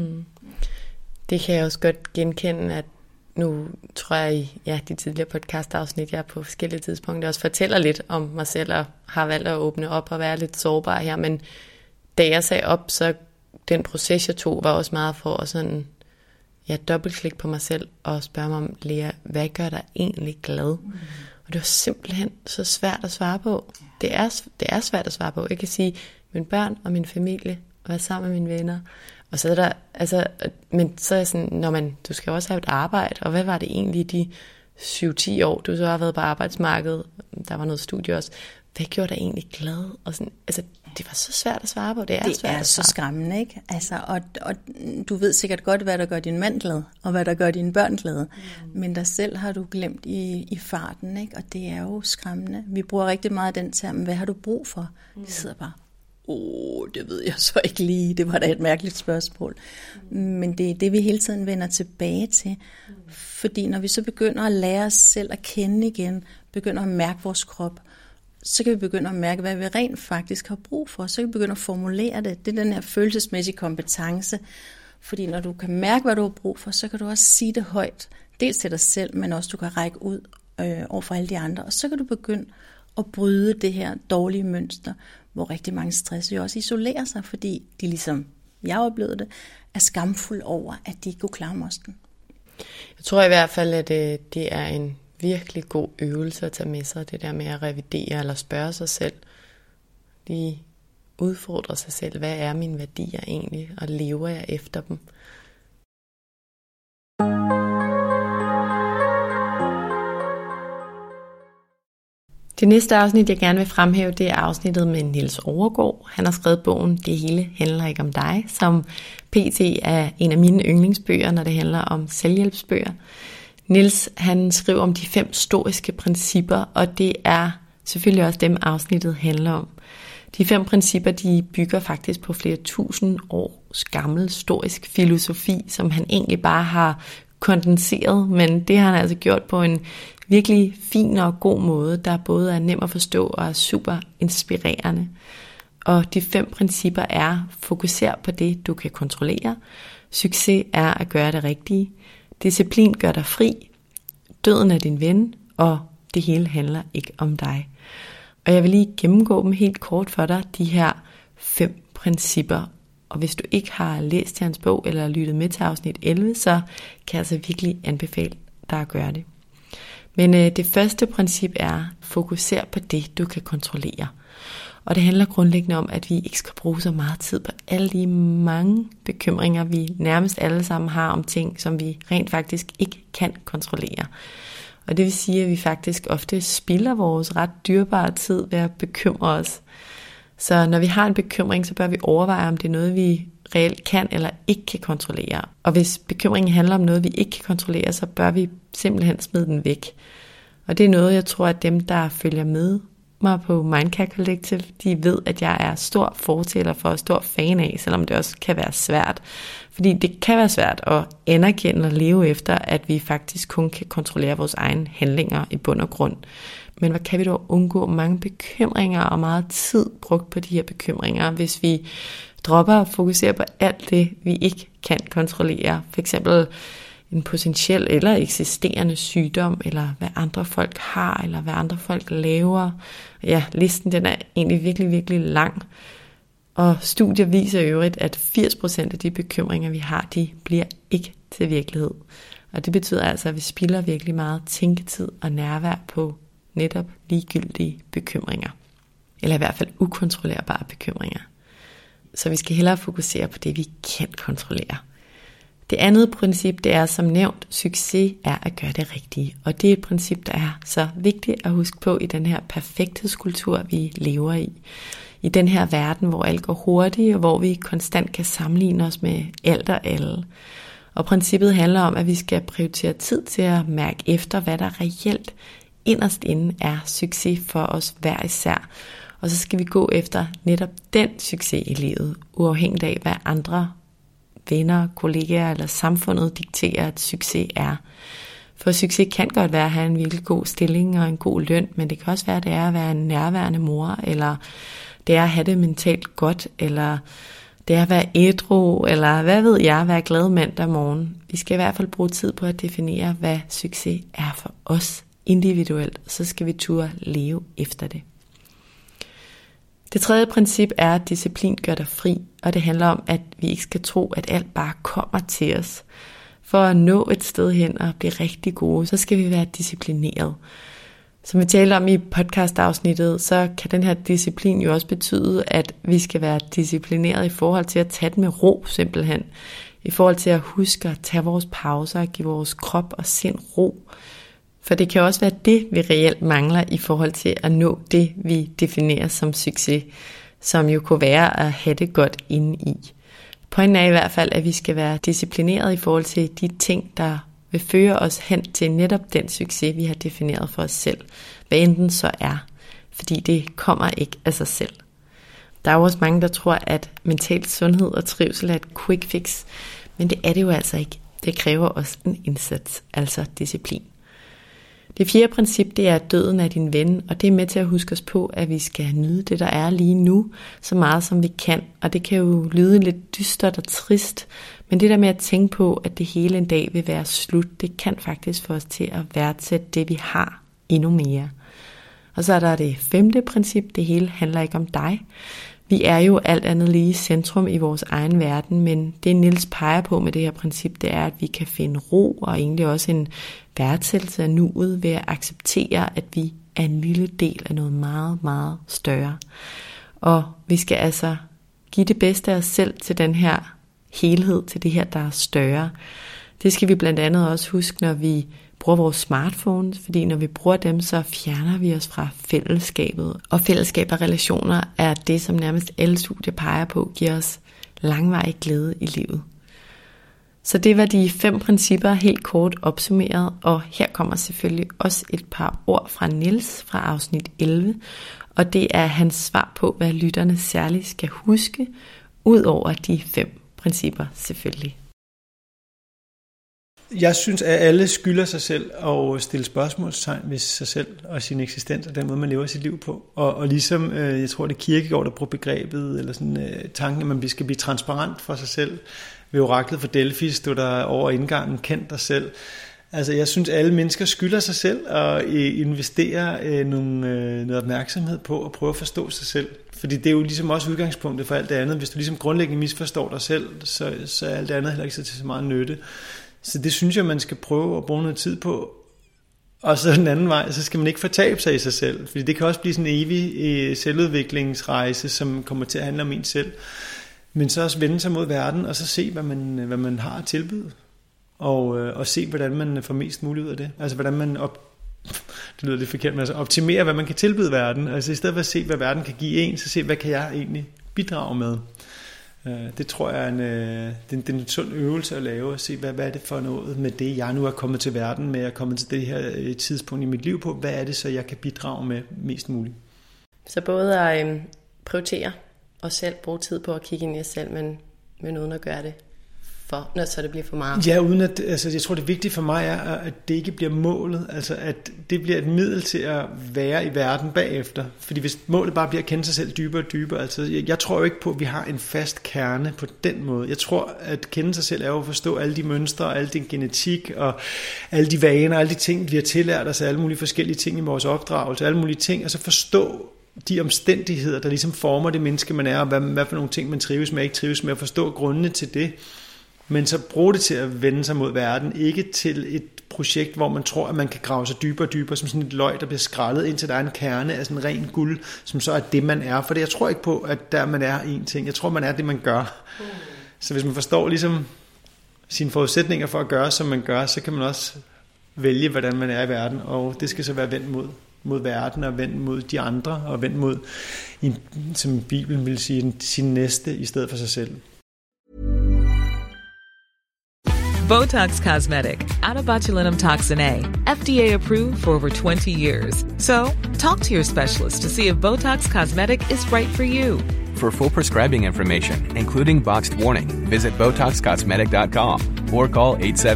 Det kan jeg også godt genkende, at nu tror jeg i de tidligere podcast-afsnit, jeg på forskellige tidspunkter også fortæller lidt om mig selv, og har valgt at åbne op og være lidt sårbar her, men da jeg sagde op, så den proces, jeg tog, var også meget for at sådan, dobbeltklik på mig selv og spørge mig om, Lea, hvad gør dig egentlig glad? Og det var simpelthen så svært at svare på. Det er svært at svare på. Jeg kan sige, mine børn og min familie, og være sammen med mine venner. Og så er der, men så er sådan, du skal også have et arbejde, og hvad var det egentlig de 7-10 år, du så har været på arbejdsmarkedet, der var noget studie også, hvad gjorde dig egentlig glad? Og sådan, det var så svært at svare på, det er så skræmmende, ikke? Og du ved sikkert godt, hvad der gør din mand glad, og hvad der gør dine børn glade, men dig selv har du glemt i farten, ikke? Og det er jo skræmmende. Vi bruger rigtig meget den term, hvad har du brug for? Det sidder bare, det ved jeg så ikke lige. Det var da et mærkeligt spørgsmål. Men det er det, vi hele tiden vender tilbage til. Fordi når vi så begynder at lære os selv at kende igen, begynder at mærke vores krop, så kan vi begynde at mærke, hvad vi rent faktisk har brug for. Så kan vi begynde at formulere det. Det er den her følelsesmæssige kompetence. Fordi når du kan mærke, hvad du har brug for, så kan du også sige det højt. Dels til dig selv, men også du kan række ud over for alle de andre. Og så kan du begynde at bryde det her dårlige mønster, hvor rigtig mange stress jo også isolerer sig, fordi de ligesom, jeg oplevede det, er skamfulde over, at de ikke kunne klare mosten. Jeg tror i hvert fald, at det er en virkelig god øvelse at tage med sig, det der med at revidere eller spørge sig selv. De udfordrer sig selv, hvad er mine værdier egentlig, og lever jeg efter dem? Det næste afsnit, jeg gerne vil fremhæve, det er afsnittet med Niels Overgaard. Han har skrevet bogen Det hele handler ikke om dig, som pt. Er en af mine yndlingsbøger, når det handler om selvhjælpsbøger. Niels, han skriver om de 5 stoiske principper, og det er selvfølgelig også dem, afsnittet handler om. De 5 principper, de bygger faktisk på flere tusind års gammel stoisk filosofi, som han egentlig bare har kondenseret, men det har han altså gjort på en virkelig fin og god måde, der både er nem at forstå og er super inspirerende. Og de 5 principper er: fokuser på det, du kan kontrollere. Succes er at gøre det rigtige. Disciplin gør dig fri. Døden er din ven, og det hele handler ikke om dig. Og jeg vil lige gennemgå dem helt kort for dig, de her 5 principper. Og hvis du ikke har læst hans bog eller lyttet med til afsnit 11, så kan jeg altså virkelig anbefale dig at gøre det. Men det første princip er: fokuser på det, du kan kontrollere. Og det handler grundlæggende om, at vi ikke skal bruge så meget tid på alle de mange bekymringer, vi nærmest alle sammen har om ting, som vi rent faktisk ikke kan kontrollere. Og det vil sige, at vi faktisk ofte spilder vores ret dyrebare tid ved at bekymre os. Så når vi har en bekymring, så bør vi overveje, om det er noget, vi reelt kan eller ikke kan kontrollere. Og hvis bekymringen handler om noget, vi ikke kan kontrollere, så bør vi simpelthen smide den væk. Og det er noget, jeg tror, at dem, der følger med mig på Mindcare Collective, de ved, at jeg er stor fortaler for og stor fan af, selvom det også kan være svært. Fordi det kan være svært at anerkende og leve efter, at vi faktisk kun kan kontrollere vores egne handlinger i bund og grund. Men hvad kan vi dog undgå mange bekymringer og meget tid brugt på de her bekymringer, hvis vi dropper at fokusere på alt det, vi ikke kan kontrollere. For eksempel en potentiel eller eksisterende sygdom, eller hvad andre folk har, eller hvad andre folk laver. Ja, listen den er egentlig virkelig, virkelig lang. Og studier viser i øvrigt, at 80% af de bekymringer, vi har, de bliver ikke til virkelighed. Og det betyder altså, at vi spilder virkelig meget tænketid og nærvær på netop ligegyldige bekymringer. Eller i hvert fald ukontrollerbare bekymringer. Så vi skal hellere fokusere på det, vi kan kontrollere. Det andet princip, det er som nævnt, succes er at gøre det rigtige. Og det er et princip, der er så vigtigt at huske på i den her perfekthedskultur, vi lever i. I den her verden, hvor alt går hurtigt, og hvor vi konstant kan sammenligne os med alt og alle. Og princippet handler om, at vi skal prioritere tid til at mærke efter, hvad der reelt inderst inde er succes for os hver især. Og så skal vi gå efter netop den succes i livet, uafhængigt af, hvad andre venner, kollegaer eller samfundet dikterer, at succes er. For succes kan godt være at have en virkelig god stilling og en god løn, men det kan også være, at det er at være en nærværende mor, eller det er at have det mentalt godt, eller det er at være ædru, eller hvad ved jeg, være glad mandag morgen. Vi skal i hvert fald bruge tid på at definere, hvad succes er for os individuelt, så skal vi turde leve efter det. Det tredje princip er, at disciplin gør dig fri, og det handler om, at vi ikke skal tro, at alt bare kommer til os. For at nå et sted hen og blive rigtig gode, så skal vi være disciplineret. Som vi talte om i podcastafsnittet, så kan den her disciplin jo også betyde, at vi skal være disciplineret i forhold til at tage det med ro simpelthen. I forhold til at huske at tage vores pauser og give vores krop og sind ro. For det kan også være det, vi reelt mangler i forhold til at nå det, vi definerer som succes, som jo kunne være at have det godt inde i. Pointen er i hvert fald, at vi skal være disciplineret i forhold til de ting, der vil føre os hen til netop den succes, vi har defineret for os selv. Hvad enten så er, fordi det kommer ikke af sig selv. Der er jo også mange, der tror, at mental sundhed og trivsel er et quick fix, men det er det jo altså ikke. Det kræver også en indsats, altså disciplin. Det fjerde princip, det er, at døden er din ven, og det er med til at huske os på, at vi skal nyde det, der er lige nu, så meget som vi kan. Og det kan jo lyde lidt dystert og trist, men det der med at tænke på, at det hele en dag vil være slut, det kan faktisk få os til at værdsætte det, vi har, endnu mere. Og så er der det femte princip, det hele handler ikke om dig. Vi er jo alt andet lige centrum i vores egen verden, men det Niels peger på med det her princip, det er, at vi kan finde ro og egentlig også en værdsættelse af nuet ved at acceptere, at vi er en lille del af noget meget, meget større. Og vi skal altså give det bedste af os selv til den her helhed, til det her, der er større. Det skal vi blandt andet også huske, når vi bruger vores smartphones, fordi når vi bruger dem, så fjerner vi os fra fællesskabet. Og fællesskab og relationer er det, som nærmest alle studier peger på, giver os langvarig glæde i livet. Så det var de 5 principper helt kort opsummeret, og her kommer selvfølgelig også et par ord fra Niels fra afsnit 11, og det er hans svar på, hvad lytterne særligt skal huske, ud over de 5 principper selvfølgelig. Jeg synes, at alle skylder sig selv at stille spørgsmålstegn ved sig selv og sin eksistens og den måde, man lever sit liv på. Og ligesom, jeg tror, det er Kierkegaard, der bruger begrebet, eller sådan tanken, at man skal blive transparent for sig selv. Ved oraklet for Delphi stod der over indgangen, kend dig selv. Altså, jeg synes, alle mennesker skylder sig selv at investere noget opmærksomhed på at prøve at forstå sig selv. Fordi det er jo ligesom også udgangspunktet for alt det andet. Hvis du ligesom grundlæggende misforstår dig selv, så er alt det andet heller ikke så meget nytte. Så det synes jeg, man skal prøve at bruge noget tid på. Og så den anden vej, så skal man ikke fortabe sig i sig selv. Fordi det kan også blive sådan en evig selvudviklingsrejse, som kommer til at handle om en selv. Men så også vende sig mod verden, og så se, hvad man har at tilbyde. Og se, hvordan man får mest muligt ud af det. Altså, hvordan man det lyder lidt forkert, men altså optimere, hvad man kan tilbyde verden. Altså, i stedet for at se, hvad verden kan give en, så se, hvad kan jeg egentlig bidrage med. Det tror jeg er en sund øvelse at lave, at se, hvad er det for noget med det, jeg nu er kommet til verden med, at komme til det her tidspunkt i mit liv på. Hvad er det, så jeg kan bidrage med mest muligt? Så både at prioritere og selv bruge tid på at kigge ind i os selv, men uden at gøre det når så det bliver for meget. Ja, uden at, altså jeg tror det vigtige for mig er, at det ikke bliver målet, altså at det bliver et middel til at være i verden bagefter. Fordi hvis målet bare bliver at kende sig selv dybere og dybere, altså jeg tror jo ikke på, at vi har en fast kerne på den måde. Jeg tror, at kende sig selv er jo at forstå alle de mønstre, og alle den genetik, og alle de vaner, alle de ting, vi har tillært os, alle mulige forskellige ting i vores opdragelse, alle mulige ting, og så forstå de omstændigheder, der ligesom former det menneske, man er, og hvad for nogle ting, man trives med og ikke trives med, at forstå grundene til det. Men så bruge det til at vende sig mod verden, ikke til et projekt, hvor man tror, at man kan grave sig dybere og dybere, som sådan et løg, der bliver skrællet, indtil der er en kerne af sådan ren guld, som så er det, man er. For det, jeg tror ikke på, at der man er en ting. Jeg tror, man er det, man gør. Så hvis man forstår ligesom sine forudsætninger for at gøre, som man gør, så kan man også vælge, hvordan man er i verden. Og det skal så være vendt mod verden, og vendt mod de andre, og vendt mod, som Bibelen vil sige, sin næste, i stedet for sig selv. Botox Cosmetic, out of botulinum toxin A, FDA approved for over 20 years. So, talk to your specialist to see if Botox Cosmetic is right for you. For full prescribing information, including boxed warning, visit BotoxCosmetic.com or call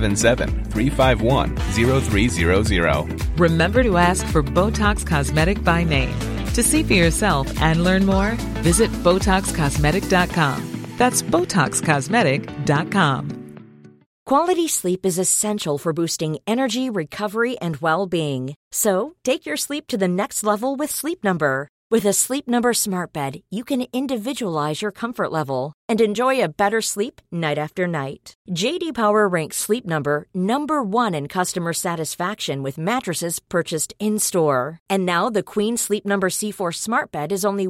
877-351-0300. Remember to ask for Botox Cosmetic by name. To see for yourself and learn more, visit BotoxCosmetic.com. That's BotoxCosmetic.com. Quality sleep is essential for boosting energy, recovery, and well-being. So, take your sleep to the next level with Sleep Number. With a Sleep Number smart bed, you can individualize your comfort level and enjoy a better sleep night after night. J.D. Power ranks Sleep Number #1 in customer satisfaction with mattresses purchased in-store. And now the Queen Sleep Number C4 smart bed is only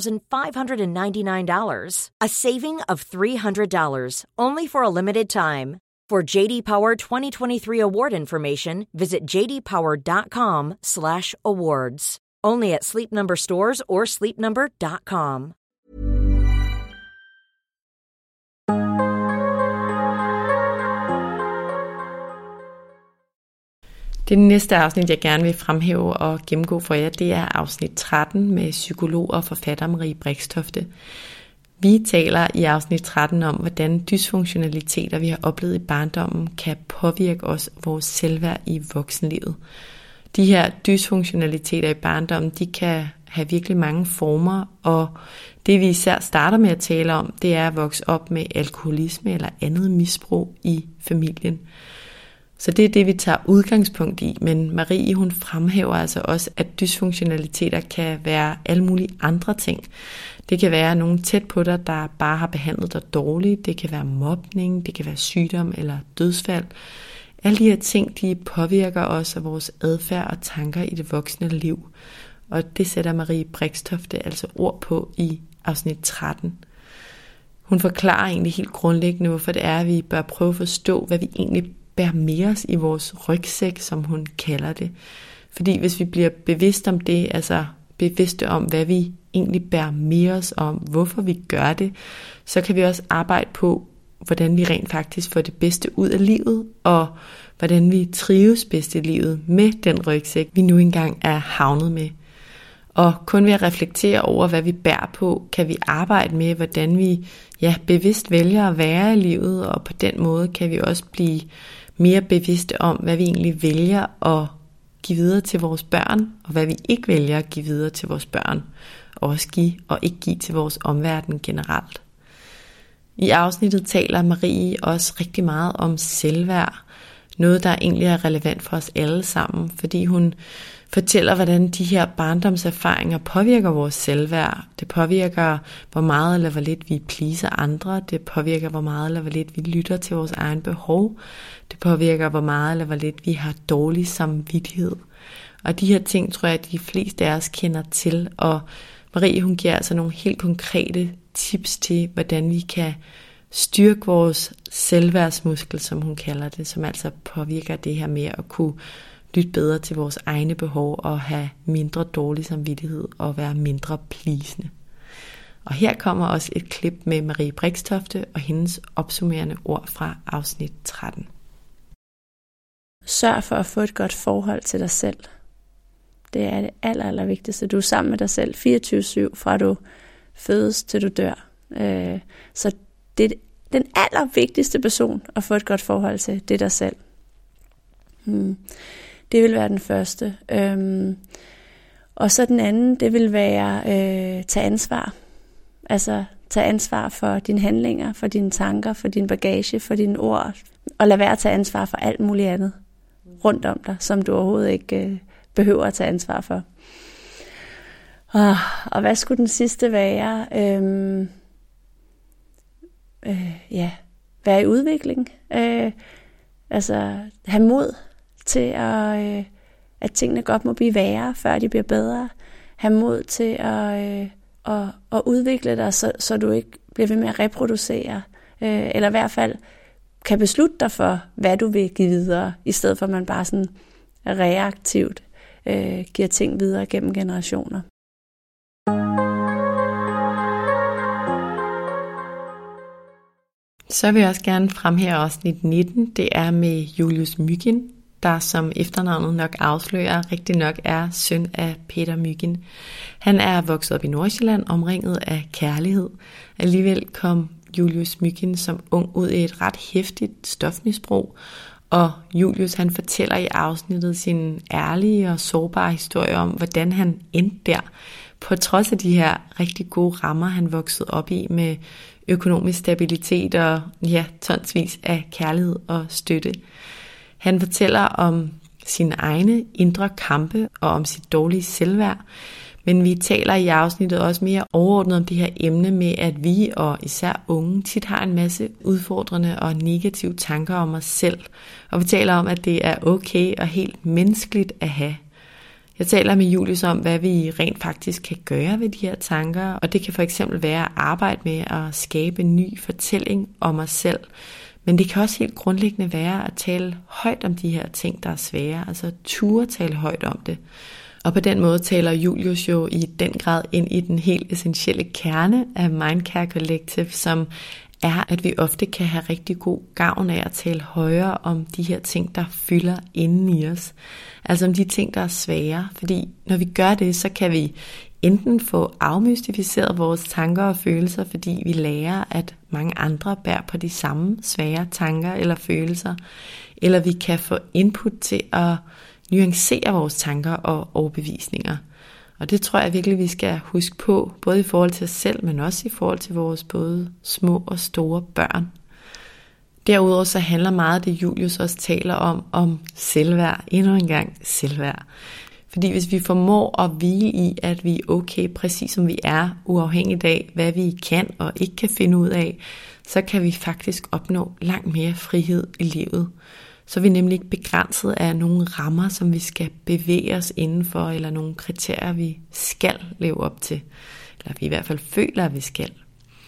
$1,599, a saving of $300, only for a limited time. For J.D. Power 2023 award information, visit jdpower.com/awards. Only at Sleep Number stores or sleepnumber.com. Det næste afsnit, jeg gerne vil fremhæve og gennemgå for jer, det er afsnit 13 med psykolog og forfatter Marie Brixtofte. Vi taler i afsnit 13 om, hvordan dysfunktionaliteter, vi har oplevet i barndommen, kan påvirke os og vores selvværd i voksenlivet. De her dysfunktionaliteter i barndommen, de kan have virkelig mange former, og det vi især starter med at tale om, det er at vokse op med alkoholisme eller andet misbrug i familien. Så det er det, vi tager udgangspunkt i, men Marie, hun fremhæver altså også, at dysfunktionaliteter kan være alle mulige andre ting. Det kan være nogen tæt på dig, der bare har behandlet dig dårligt, det kan være mobning, det kan være sygdom eller dødsfald. Alle de her ting, de påvirker os og vores adfærd og tanker i det voksne liv. Og det sætter Marie Brixtofte altså ord på i afsnit 13. Hun forklarer egentlig helt grundlæggende, hvorfor det er, at vi bør prøve at forstå, hvad vi egentlig bære med os i vores rygsæk, som hun kalder det. Fordi hvis vi bliver bevidst om det, altså bevidste om, hvad vi egentlig bærer med os, om hvorfor vi gør det, så kan vi også arbejde på, hvordan vi rent faktisk får det bedste ud af livet, og hvordan vi trives bedst i livet med den rygsæk, vi nu engang er havnet med. Og kun ved at reflektere over, hvad vi bærer på, kan vi arbejde med, hvordan vi bevidst vælger at være i livet, og på den måde kan vi også blive mere bevidste om, hvad vi egentlig vælger at give videre til vores børn, og hvad vi ikke vælger at give videre til vores børn, og også give og ikke give til vores omverden generelt. I afsnittet taler Marie også rigtig meget om selvværd, noget der egentlig er relevant for os alle sammen, fordi hun fortæller, hvordan de her barndomserfaringer påvirker vores selvværd. Det påvirker, hvor meget eller hvor lidt vi pleaser andre. Det påvirker, hvor meget eller hvor lidt vi lytter til vores egen behov. Det påvirker, hvor meget eller hvor lidt vi har dårlig samvittighed. Og de her ting, tror jeg, at de fleste af os kender til. Og Marie, hun giver altså nogle helt konkrete tips til, hvordan vi kan styrke vores selvværdsmuskel, som hun kalder det, som altså påvirker det her med at kunne lytte bedre til vores egne behov og have mindre dårlig samvittighed og være mindre pleasende. Og her kommer også et klip med Marie Brixtofte og hendes opsummerende ord fra afsnit 13. Sørg for at få et godt forhold til dig selv. Det er det aller vigtigste. Du er sammen med dig selv 24/7, fra du fødes til du dør. Så det er den allervigtigste person at få et godt forhold til, det er dig selv. Det vil være den første. Og så den anden, det vil være tage ansvar. Altså tage ansvar for dine handlinger, for dine tanker, for din bagage, for dine ord. Og lad være at tage ansvar for alt muligt andet rundt om dig, som du overhovedet ikke behøver at tage ansvar for. Og hvad skulle den sidste være? Være i udvikling. Altså have mod til at tingene godt må blive værre, før de bliver bedre. Have mod til at udvikle dig, så du ikke bliver ved med at reproducere. Eller i hvert fald kan beslutte dig for, hvad du vil give videre, i stedet for at man bare sådan reaktivt giver ting videre gennem generationer. Så vil jeg også gerne fremhæve afsnit 19. Det er med Julius Mygin, der som efternavnet nok afslører, rigtig nok er søn af Peter Mygin. Han er vokset op i Nordsjælland, omringet af kærlighed. Alligevel kom Julius Mygin som ung ud i et ret heftigt stofmisbrug, og Julius han fortæller i afsnittet sin ærlige og sårbare historie om, hvordan han endte der, på trods af de her rigtig gode rammer, han voksede op i med økonomisk stabilitet og tonsvis af kærlighed og støtte. Han fortæller om sine egne indre kampe og om sit dårlige selvværd, men vi taler i afsnittet også mere overordnet om det her emne med, at vi og især unge tit har en masse udfordrende og negative tanker om os selv, og vi taler om, at det er okay og helt menneskeligt at have. Jeg taler med Julius om, hvad vi rent faktisk kan gøre ved de her tanker, og det kan for eksempel være at arbejde med at skabe en ny fortælling om os selv. Men det kan også helt grundlæggende være at tale højt om de her ting, der er svære, altså turde tale højt om det. Og på den måde taler Julius jo i den grad ind i den helt essentielle kerne af Mindcare Collective, som er, at vi ofte kan have rigtig god gavn af at tale højere om de her ting, der fylder inden i os. Altså om de ting, der er svære. Fordi når vi gør det, så kan vi enten få afmystificeret vores tanker og følelser, fordi vi lærer, at mange andre bærer på de samme svære tanker eller følelser. Eller vi kan få input til at nuancere vores tanker og overbevisninger. Og det tror jeg virkelig, vi skal huske på, både i forhold til os selv, men også i forhold til vores både små og store børn. Derudover så handler meget af det, Julius også taler om selvværd. Endnu en gang selvværd. Fordi hvis vi formår at hvile i, at vi er okay, præcis som vi er, uafhængigt af, hvad vi kan og ikke kan finde ud af, så kan vi faktisk opnå langt mere frihed i livet. Så er vi nemlig ikke begrænset af nogle rammer, som vi skal bevæge os indenfor, eller nogle kriterier, vi skal leve op til. Eller vi i hvert fald føler, at vi skal.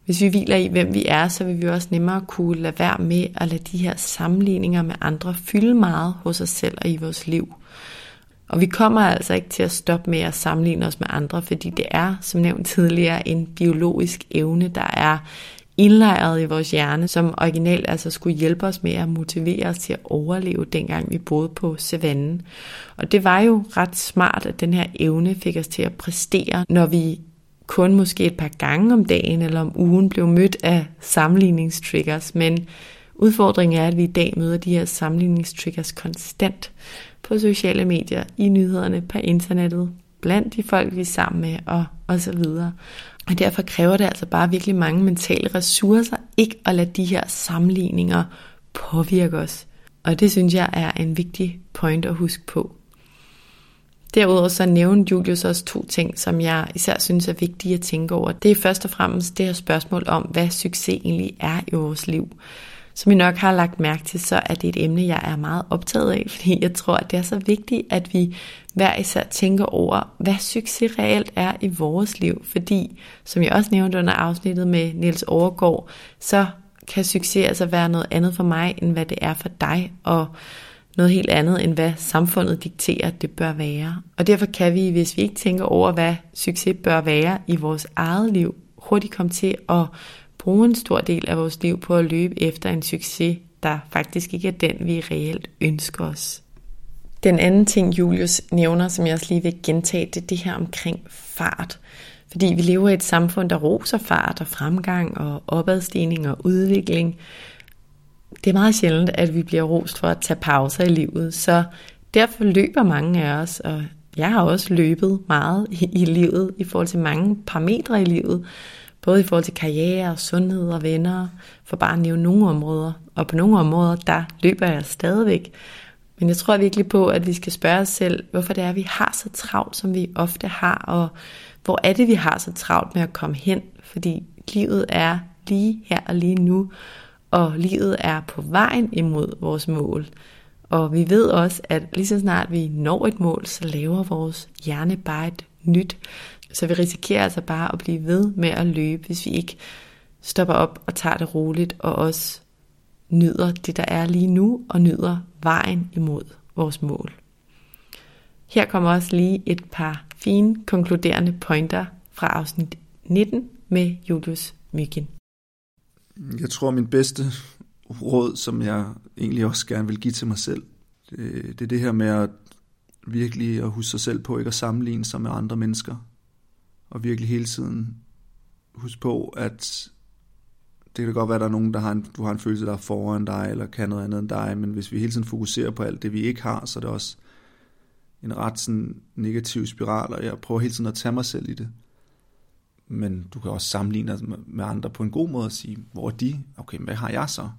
Hvis vi hviler i, hvem vi er, så vil vi også nemmere kunne lade være med at lade de her sammenligninger med andre fylde meget hos os selv og i vores liv. Og vi kommer altså ikke til at stoppe med at sammenligne os med andre, fordi det er, som nævnt tidligere, en biologisk evne, der er indlejret i vores hjerne, som originalt altså skulle hjælpe os med at motivere os til at overleve, dengang vi boede på savannen. Og det var jo ret smart, at den her evne fik os til at præstere, når vi kun måske et par gange om dagen eller om ugen blev mødt af sammenligningstriggers. Men udfordringen er, at vi i dag møder de her sammenligningstriggers konstant på sociale medier, i nyhederne, på internettet, blandt de folk, vi er sammen med og så videre. Og derfor kræver det altså bare virkelig mange mentale ressourcer, ikke at lade de her sammenligninger påvirke os. Og det synes jeg er en vigtig point at huske på. Derudover så nævnte Julius også 2 ting, som jeg især synes er vigtige at tænke over. Det er først og fremmest det her spørgsmål om, hvad succes egentlig er i vores liv. Som I nok har lagt mærke til, så er det et emne, jeg er meget optaget af, fordi jeg tror, at det er så vigtigt, at vi hver især tænker over, hvad succes reelt er i vores liv. Fordi, som jeg også nævnte under afsnittet med Niels Overgaard, så kan succes altså være noget andet for mig, end hvad det er for dig, og noget helt andet, end hvad samfundet dikterer, det bør være. Og derfor kan vi, hvis vi ikke tænker over, hvad succes bør være i vores eget liv, hurtigt komme til at bruge en stor del af vores liv på at løbe efter en succes, der faktisk ikke er den, vi reelt ønsker os. Den anden ting, Julius nævner, som jeg også lige vil gentage, det er det her omkring fart. Fordi vi lever i et samfund, der roser fart og fremgang og opadstigning og udvikling. Det er meget sjældent, at vi bliver rost for at tage pauser i livet, så derfor løber mange af os, og jeg har også løbet meget i livet i forhold til mange parametre i livet, både i forhold til karriere, sundhed og venner, for bare at nævne nogle områder. Og på nogle områder, der løber jeg stadigvæk. Men jeg tror virkelig på, at vi skal spørge os selv, hvorfor det er, at vi har så travlt, som vi ofte har, og hvor er det, vi har så travlt med at komme hen? Fordi livet er lige her og lige nu, og livet er på vejen imod vores mål. Og vi ved også, at lige så snart vi når et mål, så laver vores hjerne bare et nyt. Så vi risikerer altså bare at blive ved med at løbe, hvis vi ikke stopper op og tager det roligt, og også nyder det, der er lige nu, og nyder vejen imod vores mål. Her kommer også lige et par fine konkluderende pointer fra afsnit 19 med Julius Mygind. Jeg tror, min bedste råd, som jeg egentlig også gerne vil give til mig selv, det er det her med at virkelig at huske sig selv på ikke at sammenligne sig med andre mennesker. Og virkelig hele tiden huske på, at det kan godt være, at der er nogen, du har en følelse, der er foran dig, eller kan noget andet end dig, men hvis vi hele tiden fokuserer på alt det, vi ikke har, så er det også en ret sådan negativ spiral, og jeg prøver hele tiden at tage mig selv i det. Men du kan også sammenligne dig med andre på en god måde og sige, hvor er de? Okay, hvad har jeg så?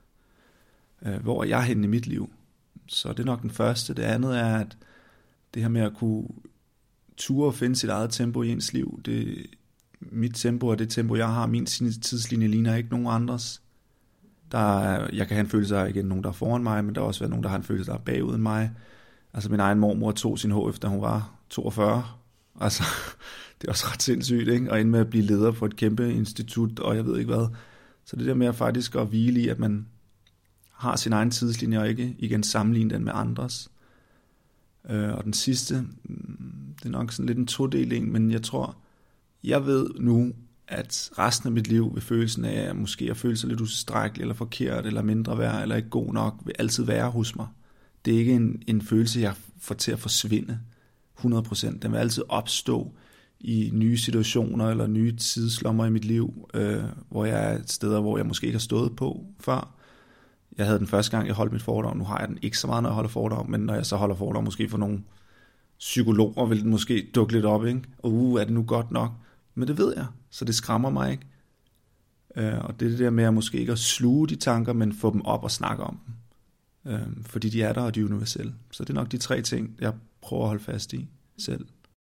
Hvor er jeg henne i mit liv? Så det er nok den første. Det andet er, at det her med at kunne ture og finde sit eget tempo i ens liv, mit tempo og det tempo, jeg har, min tidslinje ligner ikke nogen andres. Jeg kan have en følelse af, igen, nogen, der er foran mig, men der er også nogen, der har en følelse, der er bagud end mig. Altså min egen mormor tog sin HF, da hun var 42. Altså, det er også ret sindssygt, ikke? Og ende med at blive leder på et kæmpe institut, og jeg ved ikke hvad. Så det der med at faktisk at hvile i, at man har sin egen tidslinje, og ikke igen sammenligne den med andres. Og den sidste, det er nok sådan lidt en todeling, men jeg ved nu, at resten af mit liv ved følelsen af, at måske jeg føler sig lidt utilstrækkelig, eller forkert, eller mindre værd, eller ikke god nok, vil altid være hos mig. Det er ikke en følelse, jeg får til at forsvinde 100%. Den vil altid opstå i nye situationer, eller nye tidslommer i mit liv, hvor jeg er et sted, hvor jeg måske ikke har stået på før. Jeg havde den første gang, jeg holdt mit foredrag. Nu har jeg den ikke så meget, når jeg holder foredrag, men når jeg så holder foredrag, måske for nogle psykologer, vil den måske dukke lidt op, ikke? Og er det nu godt nok? Men det ved jeg, så det skræmmer mig ikke. Og det er det der med at måske ikke at sluge de tanker, men få dem op og snakke om dem. Fordi de er der, og de er universelle. Så det er nok de 3 ting, jeg prøver at holde fast i selv.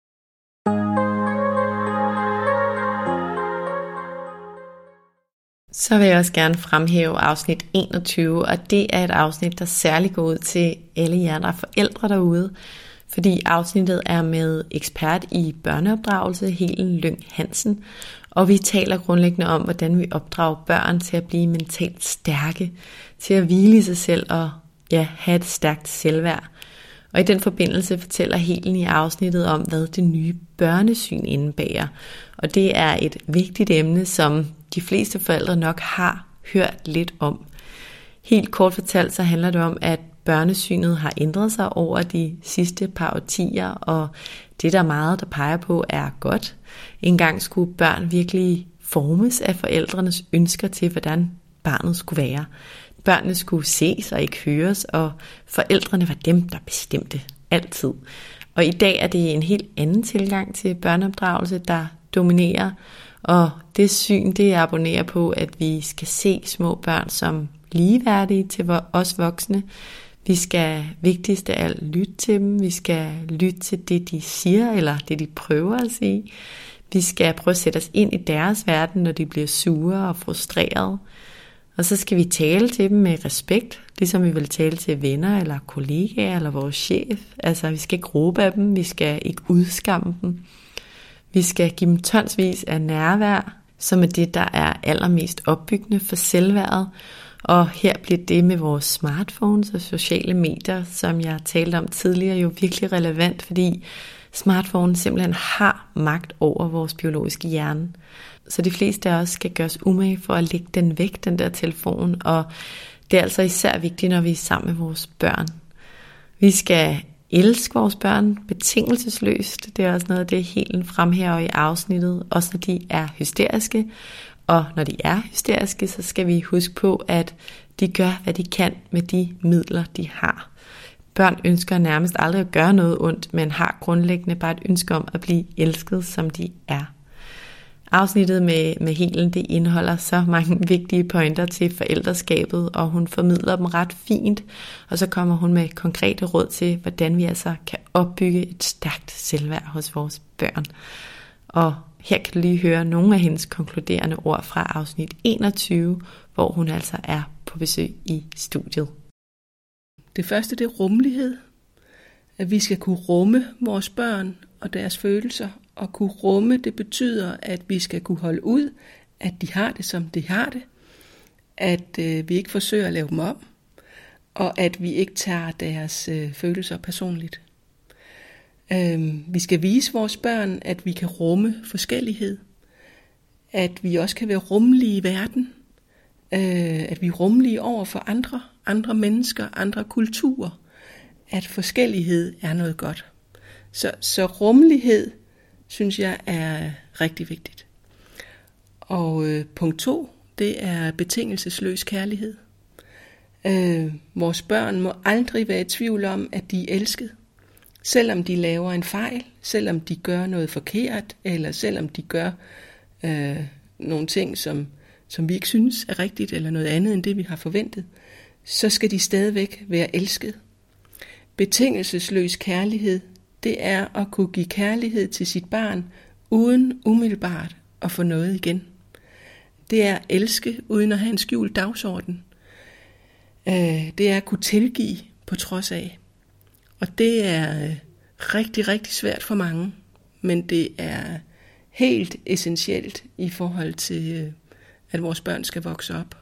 Så vil jeg også gerne fremhæve afsnit 21, og det er et afsnit, der særligt går ud til alle jer, der er forældre derude. fordi afsnittet er med ekspert i børneopdragelse, Helen Lyng Hansen, og vi taler grundlæggende om, hvordan vi opdrager børn til at blive mentalt stærke, til at hvile i sig selv og have et stærkt selvværd. Og i den forbindelse fortæller Helen i afsnittet om, hvad det nye børnesyn indebærer. Og det er et vigtigt emne, som de fleste forældre nok har hørt lidt om. Helt kort fortalt så handler det om, at børnesynet har ændret sig over de sidste par årtier, og det der meget, der peger på, er godt. Engang skulle børn virkelig formes af forældrenes ønsker til, hvordan barnet skulle være. Børnene skulle ses og ikke høres, og forældrene var dem, der bestemte altid. Og i dag er det en helt anden tilgang til børneopdragelse, der dominerer, og det syn, det abonnerer på, at vi skal se små børn som ligeværdige til os voksne. Vi skal vigtigst af alt lytte til dem. Vi skal lytte til det, de siger, eller det, de prøver at sige. Vi skal prøve at sætte os ind i deres verden, når de bliver sure og frustrerede. Og så skal vi tale til dem med respekt, ligesom vi vil tale til venner eller kollegaer eller vores chef. Altså, vi skal ikke råbe af dem, vi skal ikke udskamme dem. Vi skal give dem tonsvis af nærvær, som er det, der er allermest opbyggende for selvværdet. Og her bliver det med vores smartphones og sociale medier, som jeg talte om tidligere, jo virkelig relevant, fordi smartphones simpelthen har magt over vores biologiske hjerne. Så de fleste af os skal gøre os umage for at lægge den væk, den der telefon, og det er altså især vigtigt, når vi er sammen med vores børn. Vi skal elske vores børn betingelsesløst. Det er også noget af det, Helen fremhæver i afsnittet, også når de er hysteriske. Og når de er hysteriske, så skal vi huske på, at de gør, hvad de kan med de midler, de har. Børn ønsker nærmest aldrig at gøre noget ondt, men har grundlæggende bare et ønske om at blive elsket, som de er. Afsnittet med Helen, det indeholder så mange vigtige pointer til forældreskabet, og hun formidler dem ret fint, og så kommer hun med konkrete råd til, hvordan vi altså kan opbygge et stærkt selvværd hos vores børn. Og her kan du lige høre nogle af hendes konkluderende ord fra afsnit 21, hvor hun altså er på besøg i studiet. Det første, det er rummelighed. At vi skal kunne rumme vores børn og deres følelser. Og kunne rumme, det betyder, at vi skal kunne holde ud, at de har det, som de har det. At vi ikke forsøger at lave dem om. Og at vi ikke tager deres følelser personligt. Vi skal vise vores børn, at vi kan rumme forskellighed. At vi også kan være rummelige i verden. At vi er rummelige over for andre mennesker, andre kulturer. At forskellighed er noget godt. Så rummelighed, synes jeg, er rigtig vigtigt. Og punkt 2, det er betingelsesløs kærlighed. Vores børn må aldrig være i tvivl om, at de er elsket. Selvom de laver en fejl, selvom de gør noget forkert, eller selvom de gør nogle ting, som vi ikke synes er rigtigt, eller noget andet end det, vi har forventet, så skal de stadigvæk være elsket. Betingelsesløs kærlighed, det er at kunne give kærlighed til sit barn, uden umiddelbart at få noget igen. Det er at elske, uden at have en skjult dagsorden. Det er at kunne tilgive på trods af. Og det er rigtig, rigtig svært for mange, men det er helt essentielt i forhold til, at vores børn skal vokse op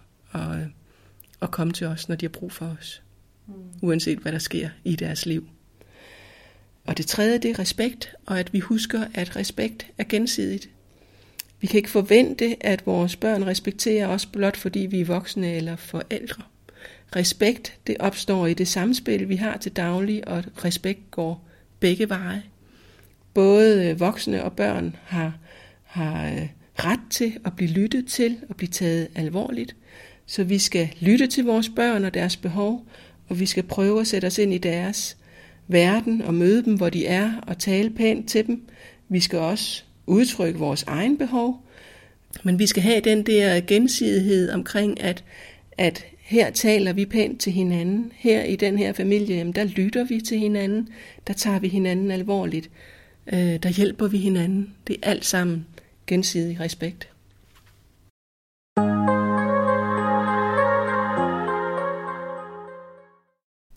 og komme til os, når de har brug for os. Uanset hvad der sker i deres liv. Og det tredje, det er respekt, og at vi husker, at respekt er gensidigt. Vi kan ikke forvente, at vores børn respekterer os blot fordi vi er voksne eller forældre. Respekt, det opstår i det samspil, vi har til daglig, og respekt går begge veje. Både voksne og børn har ret til at blive lyttet til og blive taget alvorligt. Så vi skal lytte til vores børn og deres behov, og vi skal prøve at sætte os ind i deres verden og møde dem, hvor de er, og tale pænt til dem. Vi skal også udtrykke vores egen behov, men vi skal have den der gensidighed omkring, at her taler vi pænt til hinanden. Her i den her familie, jamen, der lytter vi til hinanden. Der tager vi hinanden alvorligt. Der hjælper vi hinanden. Det er alt sammen gensidig respekt.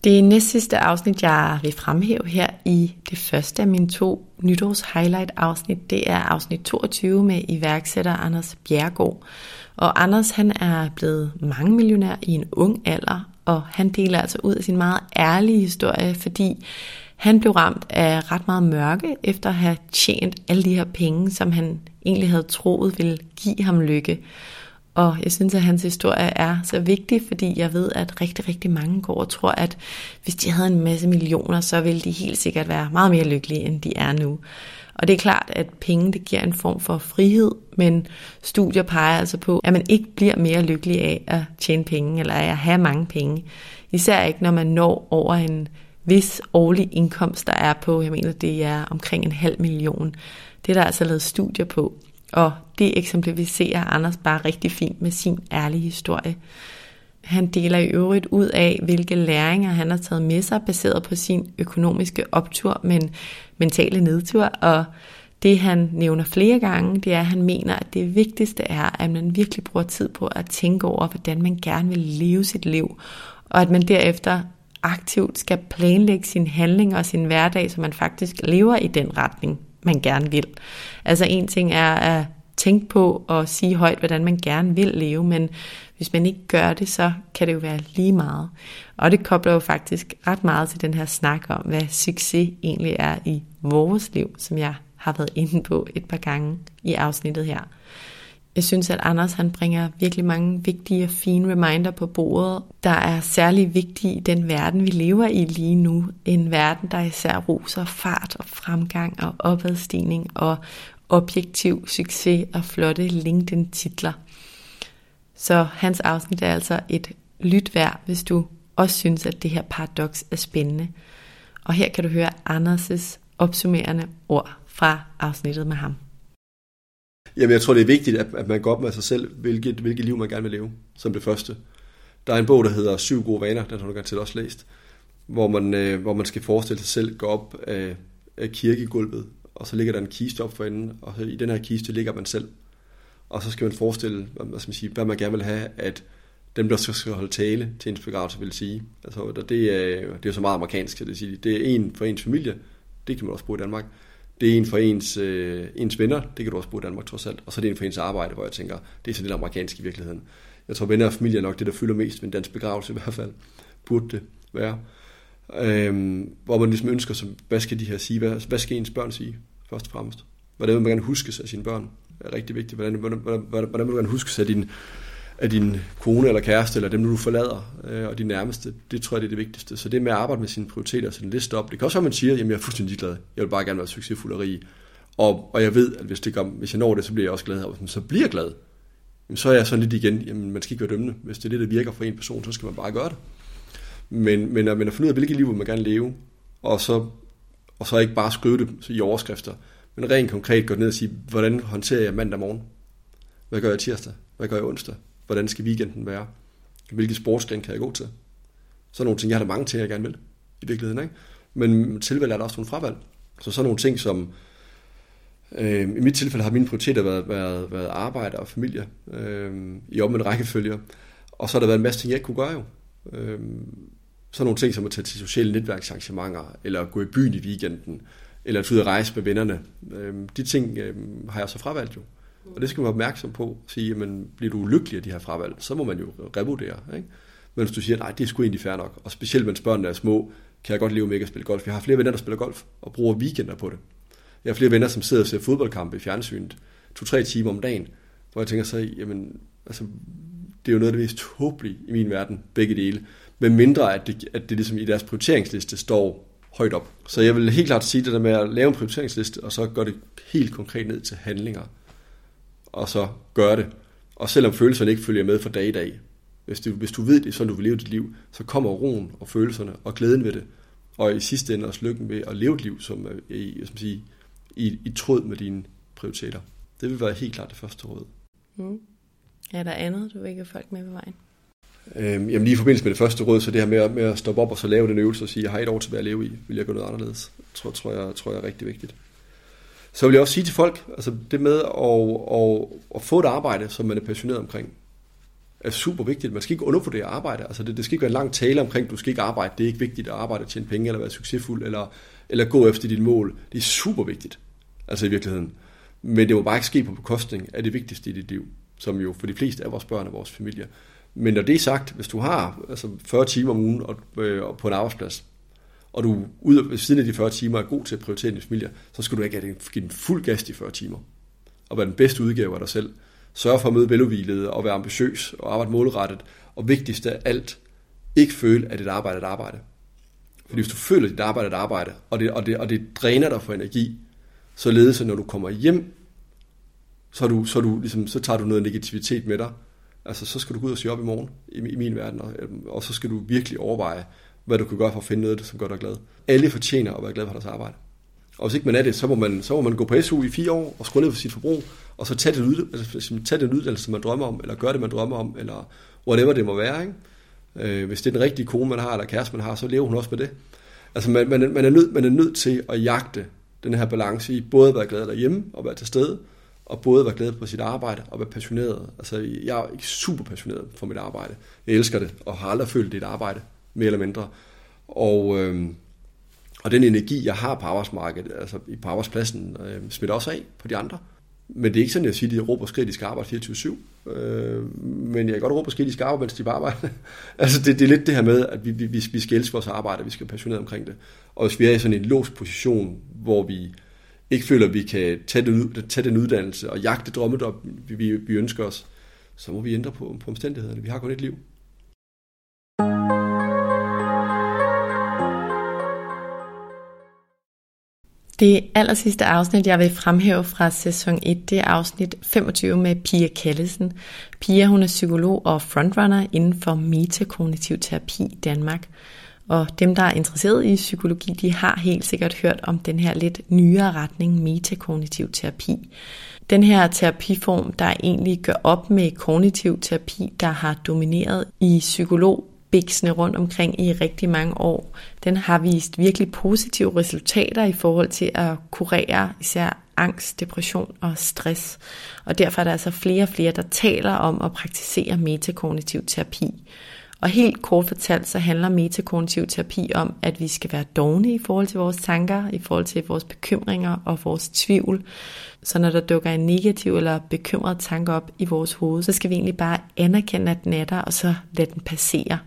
Det næstsidste afsnit, jeg vil fremhæve her i det første af mine 2 nytårs-highlight-afsnit, det er afsnit 22 med iværksætter Anders Bjerregaard. Og Anders, han er blevet mangemillionær i en ung alder, og han deler altså ud af sin meget ærlige historie, fordi han blev ramt af ret meget mørke efter at have tjent alle de her penge, som han egentlig havde troet ville give ham lykke. Og jeg synes, at hans historie er så vigtig, fordi jeg ved, at rigtig, rigtig mange går og tror, at hvis de havde en masse millioner, så ville de helt sikkert være meget mere lykkelige, end de er nu. Og det er klart, at penge det giver en form for frihed, men studier peger altså på, at man ikke bliver mere lykkelig af at tjene penge, eller af at have mange penge. Især ikke, når man når over en vis årlig indkomst, der er på, jeg mener, det er omkring 500.000. Det er der altså lavet studier på. Og det eksemplificerer Anders bare rigtig fint med sin ærlige historie. Han deler i øvrigt ud af, hvilke læringer han har taget med sig, baseret på sin økonomiske optur, men mentale nedtur. Og det han nævner flere gange, det er, at han mener, at det vigtigste er, at man virkelig bruger tid på at tænke over, hvordan man gerne vil leve sit liv. Og at man derefter aktivt skal planlægge sine handlinger og sin hverdag, så man faktisk lever i den retning, man gerne vil. Altså en ting er at tænke på og sige højt, hvordan man gerne vil leve, men hvis man ikke gør det, så kan det jo være lige meget. Og det kobler jo faktisk ret meget til den her snak om, hvad succes egentlig er i vores liv, som jeg har været inde på et par gange i afsnittet her. Jeg synes, at Anders han bringer virkelig mange vigtige og fine reminder på bordet, der er særlig vigtige i den verden, vi lever i lige nu. En verden, der især roser fart og fremgang og opadstigning og objektiv succes og flotte LinkedIn-titler. Så hans afsnit er altså et lyt værd, hvis du også synes, at det her paradoks er spændende. Og her kan du høre Anders' opsummerende ord fra afsnittet med ham. Jamen, jeg tror, det er vigtigt, at man går op med sig selv, hvilket liv man gerne vil leve, som det første. Der er en bog, der hedder 7 gode vaner, den har du garanteret også læst, hvor man skal forestille sig selv, gå op af kirkegulvet, og så ligger der en kiste op for enden, og i den her kiste ligger man selv. Og så skal man forestille, hvad man gerne vil have, at dem, der skal holde tale til ens begravelse, vil sige. Altså, det er så meget amerikansk, det sige. Det er en for ens familie, det kan man også bruge i Danmark. Det er en for ens venner, det kan du også bruge i Danmark trods alt. Og så er det en for ens arbejde, hvor jeg tænker, det er sådan lidt amerikansk i virkeligheden. Jeg tror, venner og familie er nok det, der fylder mest ved en dansk begravelse i hvert fald. Burde det være. Hvor man ligesom ønsker sig, hvad skal de her sige? Hvad skal ens børn sige, først og fremmest? Hvordan vil man gerne huske sig af sine børn? Det er rigtig vigtigt. Hvordan vil du gerne huske sig af din kone eller kæreste, eller dem, du forlader, og de nærmeste? Det tror jeg, det er det vigtigste. Så det med at arbejde med sine prioriteter, så en liste op. Det kan også være, at man siger, jamen jeg er fuldstændig glad. Jeg vil bare gerne være succesfuld og rig. Og jeg ved, at hvis jeg når det, så bliver jeg også glad. Og hvis man så bliver glad, så er jeg sådan lidt igen, jamen man skal ikke være dømmende. Hvis det er det, der virker for en person, så skal man bare gøre det. Men at finde ud af, hvilket liv man gerne leve, og så ikke bare skrive det i overskrifter, men rent konkret gå ned og sige, hvordan håndterer jeg mandag morgen? Hvad gør jeg tirsdag? Hvad gør jeg onsdag? Hvordan skal weekenden være? Hvilke sportsgren kan jeg gå til? Så nogle ting, jeg har da mange ting, jeg gerne vil i virkeligheden, ikke? Men tilvalg er der også nogle fravalg. Så sådan nogle ting som, i mit tilfælde har mine prioriteter været arbejde og familie i omvendt rækkefølge. Og så har der været en masse ting, jeg ikke kunne gøre jo. Sådan nogle ting som at tage til sociale netværksarrangementer, eller gå i byen i weekenden, eller at ud at rejse med vennerne. De ting har jeg så fravalgt jo. Og det skal man være opmærksom på. At sige, jamen, bliver du ulykkelig af de her fravalg, så må man jo revurdere. Ikke? Men hvis du siger, nej, det er sgu egentlig fair nok, og specielt mens børnene er små, kan jeg godt leve med ikke at spille golf. Jeg har flere venner, der spiller golf, og bruger weekender på det. Jeg har flere venner, som sidder og ser fodboldkampe i fjernsynet 2-3 timer om dagen, hvor jeg tænker så, jamen, altså, det er jo noget af det mest tåbelige i min verden, begge dele. Men mindre, at det ligesom i deres prioriteringsliste står højt op. Så jeg vil helt klart sige det der med at lave en prioriteringsliste, og så gøre det helt konkret ned til handlinger. Og så gøre det. Og selvom følelserne ikke følger med fra dag i dag. Hvis du ved det, sådan du vil leve dit liv, så kommer roen og følelserne og glæden ved det. Og i sidste ende også lykken ved at leve et liv, som er i tråd med dine prioriteter. Det vil være helt klart det første råd. Er der andet, du vil ikke have folk med på vejen? Jamen lige i forbindelse med det første råd, så det her med at stoppe op og så lave den øvelse og sige, jeg har et år tilbage at leve i, vil jeg gøre noget anderledes. Tror jeg er rigtig vigtigt. Så vil jeg også sige til folk, altså det med at få et arbejde, som man er passioneret omkring. er super vigtigt. Man skal ikke undervurdere arbejde. Altså det skal ikke være en lang tale omkring, du skal ikke arbejde. Det er ikke vigtigt at arbejde og tjene penge, eller være succesfuld, eller gå efter dit mål. Det er super vigtigt, altså i virkeligheden. Men det må bare ikke ske på bekostning af det vigtigste i dit liv, som jo for de fleste er vores børn og vores familie. Men når det er sagt, hvis du har 40 timer om ugen og på en arbejdsplads, og du ved siden af de 40 timer er god til at prioritere din familie, så skal du ikke give den fuld gas de 40 timer. Og være den bedste udgave af dig selv. Sørg for at møde veludhvilet og være ambitiøs og arbejde målrettet. Og vigtigst af alt, ikke føle, at dit arbejde er et arbejde. Fordi hvis du føler, at dit arbejde er et arbejde, og det dræner dig for energi, således at når du kommer hjem, så tager du noget negativitet med dig. Altså, så skal du gå ud og sige op i morgen, i min verden, og så skal du virkelig overveje, hvad du kan gøre for at finde noget, som gør dig glad. Alle fortjener at være glad for deres arbejde. Og hvis ikke man er det, så må man gå på SU i 4 år og skrue ned for sit forbrug, og så tage den uddannelse, man drømmer om, eller gøre det, man drømmer om, eller whatever det må være. Ikke? Hvis det er den rigtige kone, man har, eller kæreste, man har, så lever hun også med det. Altså, man er nødt til at jagte den her balance i både at være glad derhjemme og være til stede, og både være glad på sit arbejde og være passioneret. Altså, jeg er ikke super passioneret for mit arbejde. Jeg elsker det, og har aldrig følt det et arbejde, mere eller mindre. Og den energi, jeg har på arbejdsmarkedet, altså på arbejdspladsen, smitter også af på de andre. Men det er ikke sådan, at jeg siger, at de råber og skriger, at de skal arbejde 24/7. Men jeg kan godt råbe og skrige, at de skal arbejde, mens de bare arbejder. Altså det er lidt det her med, at vi skal elske vores arbejde, og vi skal være passioneret omkring det. Og hvis vi er i sådan en låst position, hvor vi ikke føler, at vi kan tage den uddannelse og jagte drømme, der vi ønsker os, så må vi ændre på omstændighederne. Vi har kun et liv. Det allersidste afsnit, jeg vil fremhæve fra sæson 1, det er afsnit 25 med Pia Callesen. Pia, hun er psykolog og frontrunner inden for metakognitiv terapi i Danmark. Og dem, der er interesseret i psykologi, de har helt sikkert hørt om den her lidt nyere retning, metakognitiv terapi. Den her terapiform, der egentlig gør op med kognitiv terapi, der har domineret i psykologbiksene rundt omkring i rigtig mange år, den har vist virkelig positive resultater i forhold til at kurere især angst, depression og stress. Og derfor er der altså flere og flere, der taler om at praktisere metakognitiv terapi. Og helt kort fortalt, så handler metakognitiv terapi om, at vi skal være dovne i forhold til vores tanker, i forhold til vores bekymringer og vores tvivl. Så når der dukker en negativ eller bekymret tanke op i vores hoved, så skal vi egentlig bare anerkende, at den er der, og så lade den passere.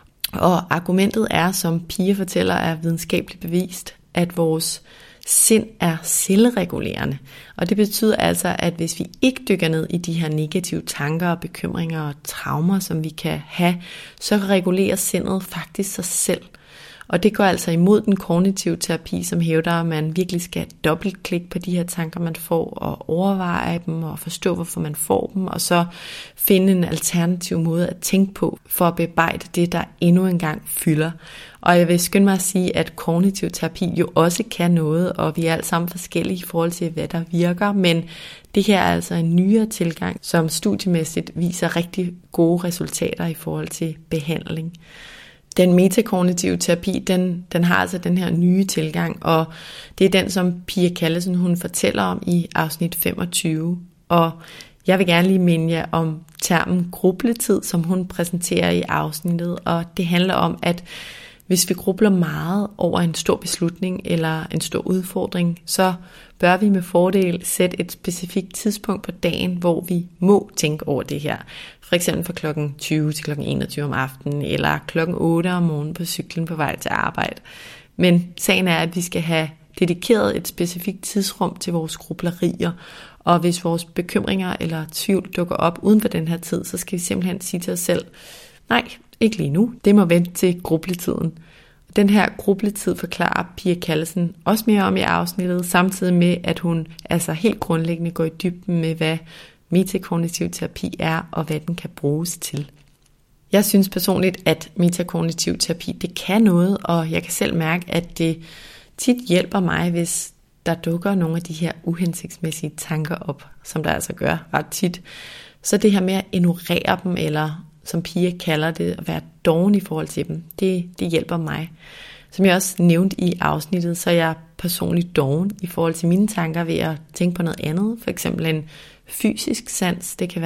Og argumentet er, som Pia fortæller, er videnskabeligt bevist, at vores sind er selvregulerende. Og det betyder altså, at hvis vi ikke dykker ned i de her negative tanker og bekymringer og traumer, som vi kan have, så regulerer sindet faktisk sig selv. Og det går altså imod den kognitive terapi, som hævder, at man virkelig skal dobbeltklikke på de her tanker, man får, og overveje dem, og forstå, hvorfor man får dem, og så finde en alternativ måde at tænke på, for at bearbejde det, der endnu engang fylder. Og jeg vil skynde mig at sige, at kognitiv terapi jo også kan noget, og vi er alle sammen forskellige i forhold til, hvad der virker, men det her er altså en nyere tilgang, som studiemæssigt viser rigtig gode resultater i forhold til behandling. Den metakognitive terapi, den har altså den her nye tilgang, og det er den, som Pia Callesen hun fortæller om i afsnit 25. Og jeg vil gerne lige minde jer om termen grubletid, som hun præsenterer i afsnittet, og det handler om, at hvis vi grubler meget over en stor beslutning eller en stor udfordring, så bør vi med fordel sætte et specifikt tidspunkt på dagen, hvor vi må tænke over det her. For eksempel fra klokken 20 til klokken 21 om aftenen, eller klokken 8 om morgenen på cyklen på vej til arbejde. Men sagen er, at vi skal have dedikeret et specifikt tidsrum til vores grublerier, og hvis vores bekymringer eller tvivl dukker op uden for den her tid, så skal vi simpelthen sige til os selv, nej, ikke lige nu, det må vente til grubletiden. Den her grubletid forklarer Pia Callesen også mere om i afsnittet, samtidig med, at hun altså helt grundlæggende går i dybden med, hvad metakognitiv terapi er, og hvad den kan bruges til. Jeg synes personligt, at metakognitiv terapi, det kan noget, og jeg kan selv mærke, at det tit hjælper mig, hvis der dukker nogle af de her uhensigtsmæssige tanker op, som der altså gør ret tit. Så det her med at ignorere dem, eller som Pia kalder det, at være doven i forhold til dem, det hjælper mig. Som jeg også nævnte i afsnittet, så er jeg personligt doven i forhold til mine tanker ved at tænke på noget andet. For eksempel en fysisk sans, det kan være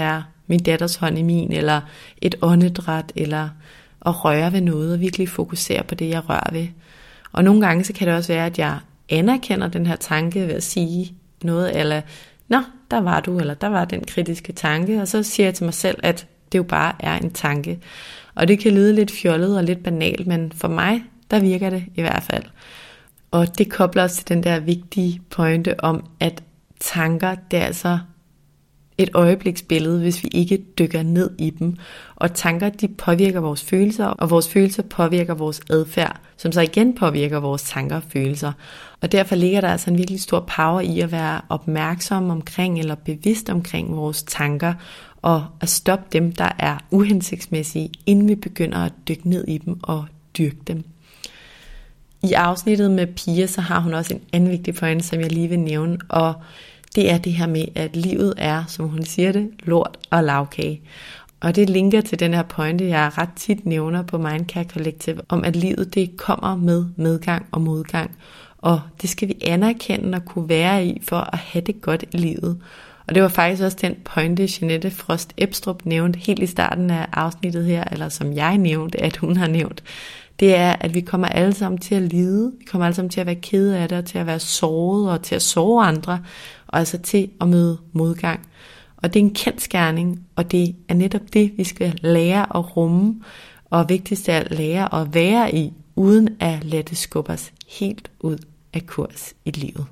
min datters hånd i min, eller et åndedræt, eller at røre ved noget, og virkelig fokusere på det, jeg rører ved. Og nogle gange, så kan det også være, at jeg anerkender den her tanke ved at sige noget, eller, nå, der var du, eller der var den kritiske tanke, og så siger jeg til mig selv, at det jo bare er en tanke. Og det kan lyde lidt fjollet og lidt banalt, men for mig, der virker det i hvert fald. Og det kobler os til den der vigtige pointe om, at tanker, det er altså et øjebliksbillede, hvis vi ikke dykker ned i dem. Og tanker, de påvirker vores følelser, og vores følelser påvirker vores adfærd, som så igen påvirker vores tanker og følelser. Og derfor ligger der altså en virkelig stor power i at være opmærksom omkring, eller bevidst omkring vores tanker, og at stoppe dem, der er uhensigtsmæssige, inden vi begynder at dykke ned i dem og dyrke dem. I afsnittet med Pia, så har hun også en anden vigtig pointe, som jeg lige vil nævne, og det er det her med, at livet er, som hun siger det, lort og lavkage. Og det linker til den her pointe, jeg ret tit nævner på Mindcare Collective, om at livet det kommer med medgang og modgang. Og det skal vi anerkende og kunne være i, for at have det godt i livet. Og det var faktisk også den pointe, Jeanette Frost Ebstrup nævnte helt i starten af afsnittet her, eller som jeg nævnte, at hun har nævnt. Det er, at vi kommer alle sammen til at lide, vi kommer alle sammen til at være kede af det, og til at være såret, og til at såre andre, og altså til at møde modgang. Og det er en kendsgerning, og det er netop det, vi skal lære at rumme, og vigtigst er at lære at være i, uden at lade det skubbe os helt ud af kurs i livet.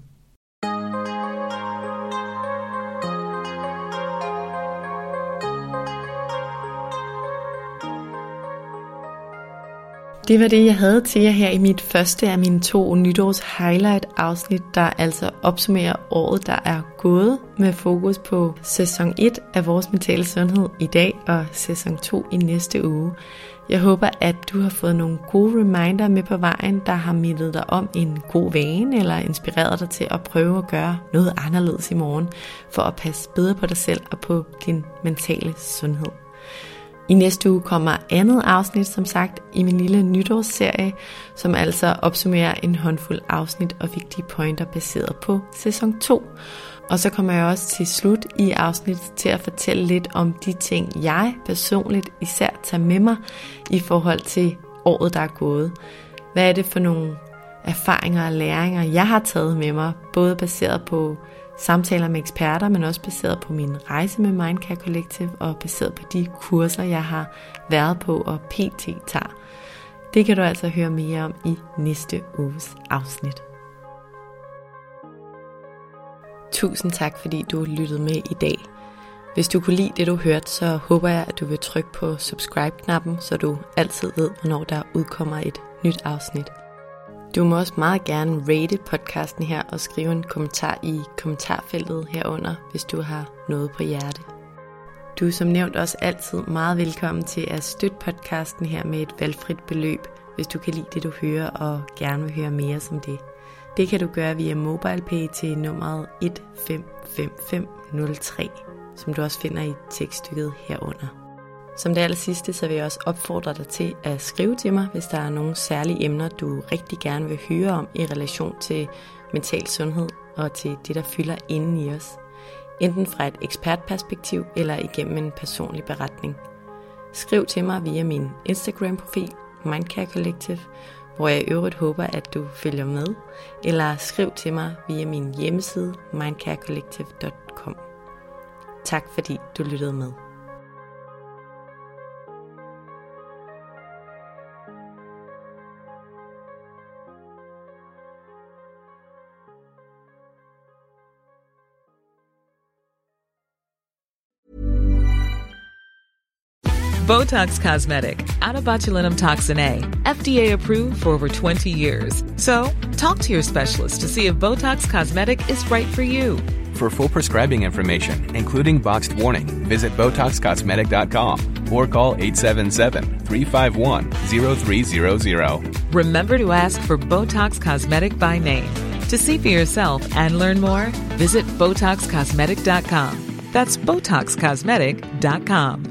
Det var det, jeg havde til jer her i mit første af mine 2 nytårs highlight afsnit, der altså opsummerer året, der er gået, med fokus på sæson 1 af vores mentale sundhed i dag og sæson 2 i næste uge. Jeg håber, at du har fået nogle gode reminder med på vejen, der har mindet dig om en god vane eller inspireret dig til at prøve at gøre noget anderledes i morgen for at passe bedre på dig selv og på din mentale sundhed. I næste uge kommer andet afsnit, som sagt, i min lille nytårsserie, som altså opsummerer en håndfuld afsnit og vigtige pointer baseret på sæson 2. Og så kommer jeg også til slut i afsnittet til at fortælle lidt om de ting, jeg personligt især tager med mig i forhold til året, der er gået. Hvad er det for nogle erfaringer og læringer, jeg har taget med mig, både baseret på samtaler med eksperter, men også baseret på min rejse med Mindcare Collective og baseret på de kurser, jeg har været på og pt. tager. Det kan du altså høre mere om i næste uges afsnit. Tusind tak, fordi du lyttede med i dag. Hvis du kunne lide det, du hørte, så håber jeg, at du vil trykke på subscribe-knappen, så du altid ved, hvornår der udkommer et nyt afsnit. Du må også meget gerne rate podcasten her og skrive en kommentar i kommentarfeltet herunder, hvis du har noget på hjerte. Du er som nævnt også altid meget velkommen til at støtte podcasten her med et valgfrit beløb, hvis du kan lide det, du hører og gerne vil høre mere som det. Det kan du gøre via MobilePay til nummeret 155503, som du også finder i tekststykket herunder. Som det aller sidste, så vil jeg også opfordre dig til at skrive til mig, hvis der er nogle særlige emner, du rigtig gerne vil høre om i relation til mental sundhed og til det, der fylder inde i os. Enten fra et ekspertperspektiv eller igennem en personlig beretning. Skriv til mig via min Instagram-profil, Mindcare Collective, hvor jeg i øvrigt håber, at du følger med, eller skriv til mig via min hjemmeside, mindcarecollective.com. Tak fordi du lyttede med. Botox Cosmetic, out of botulinum toxin A, FDA approved for over 20 years. So, talk to your specialist to see if Botox Cosmetic is right for you. For full prescribing information, including boxed warning, visit BotoxCosmetic.com or call 877-351-0300. Remember to ask for Botox Cosmetic by name. To see for yourself and learn more, visit BotoxCosmetic.com. That's BotoxCosmetic.com.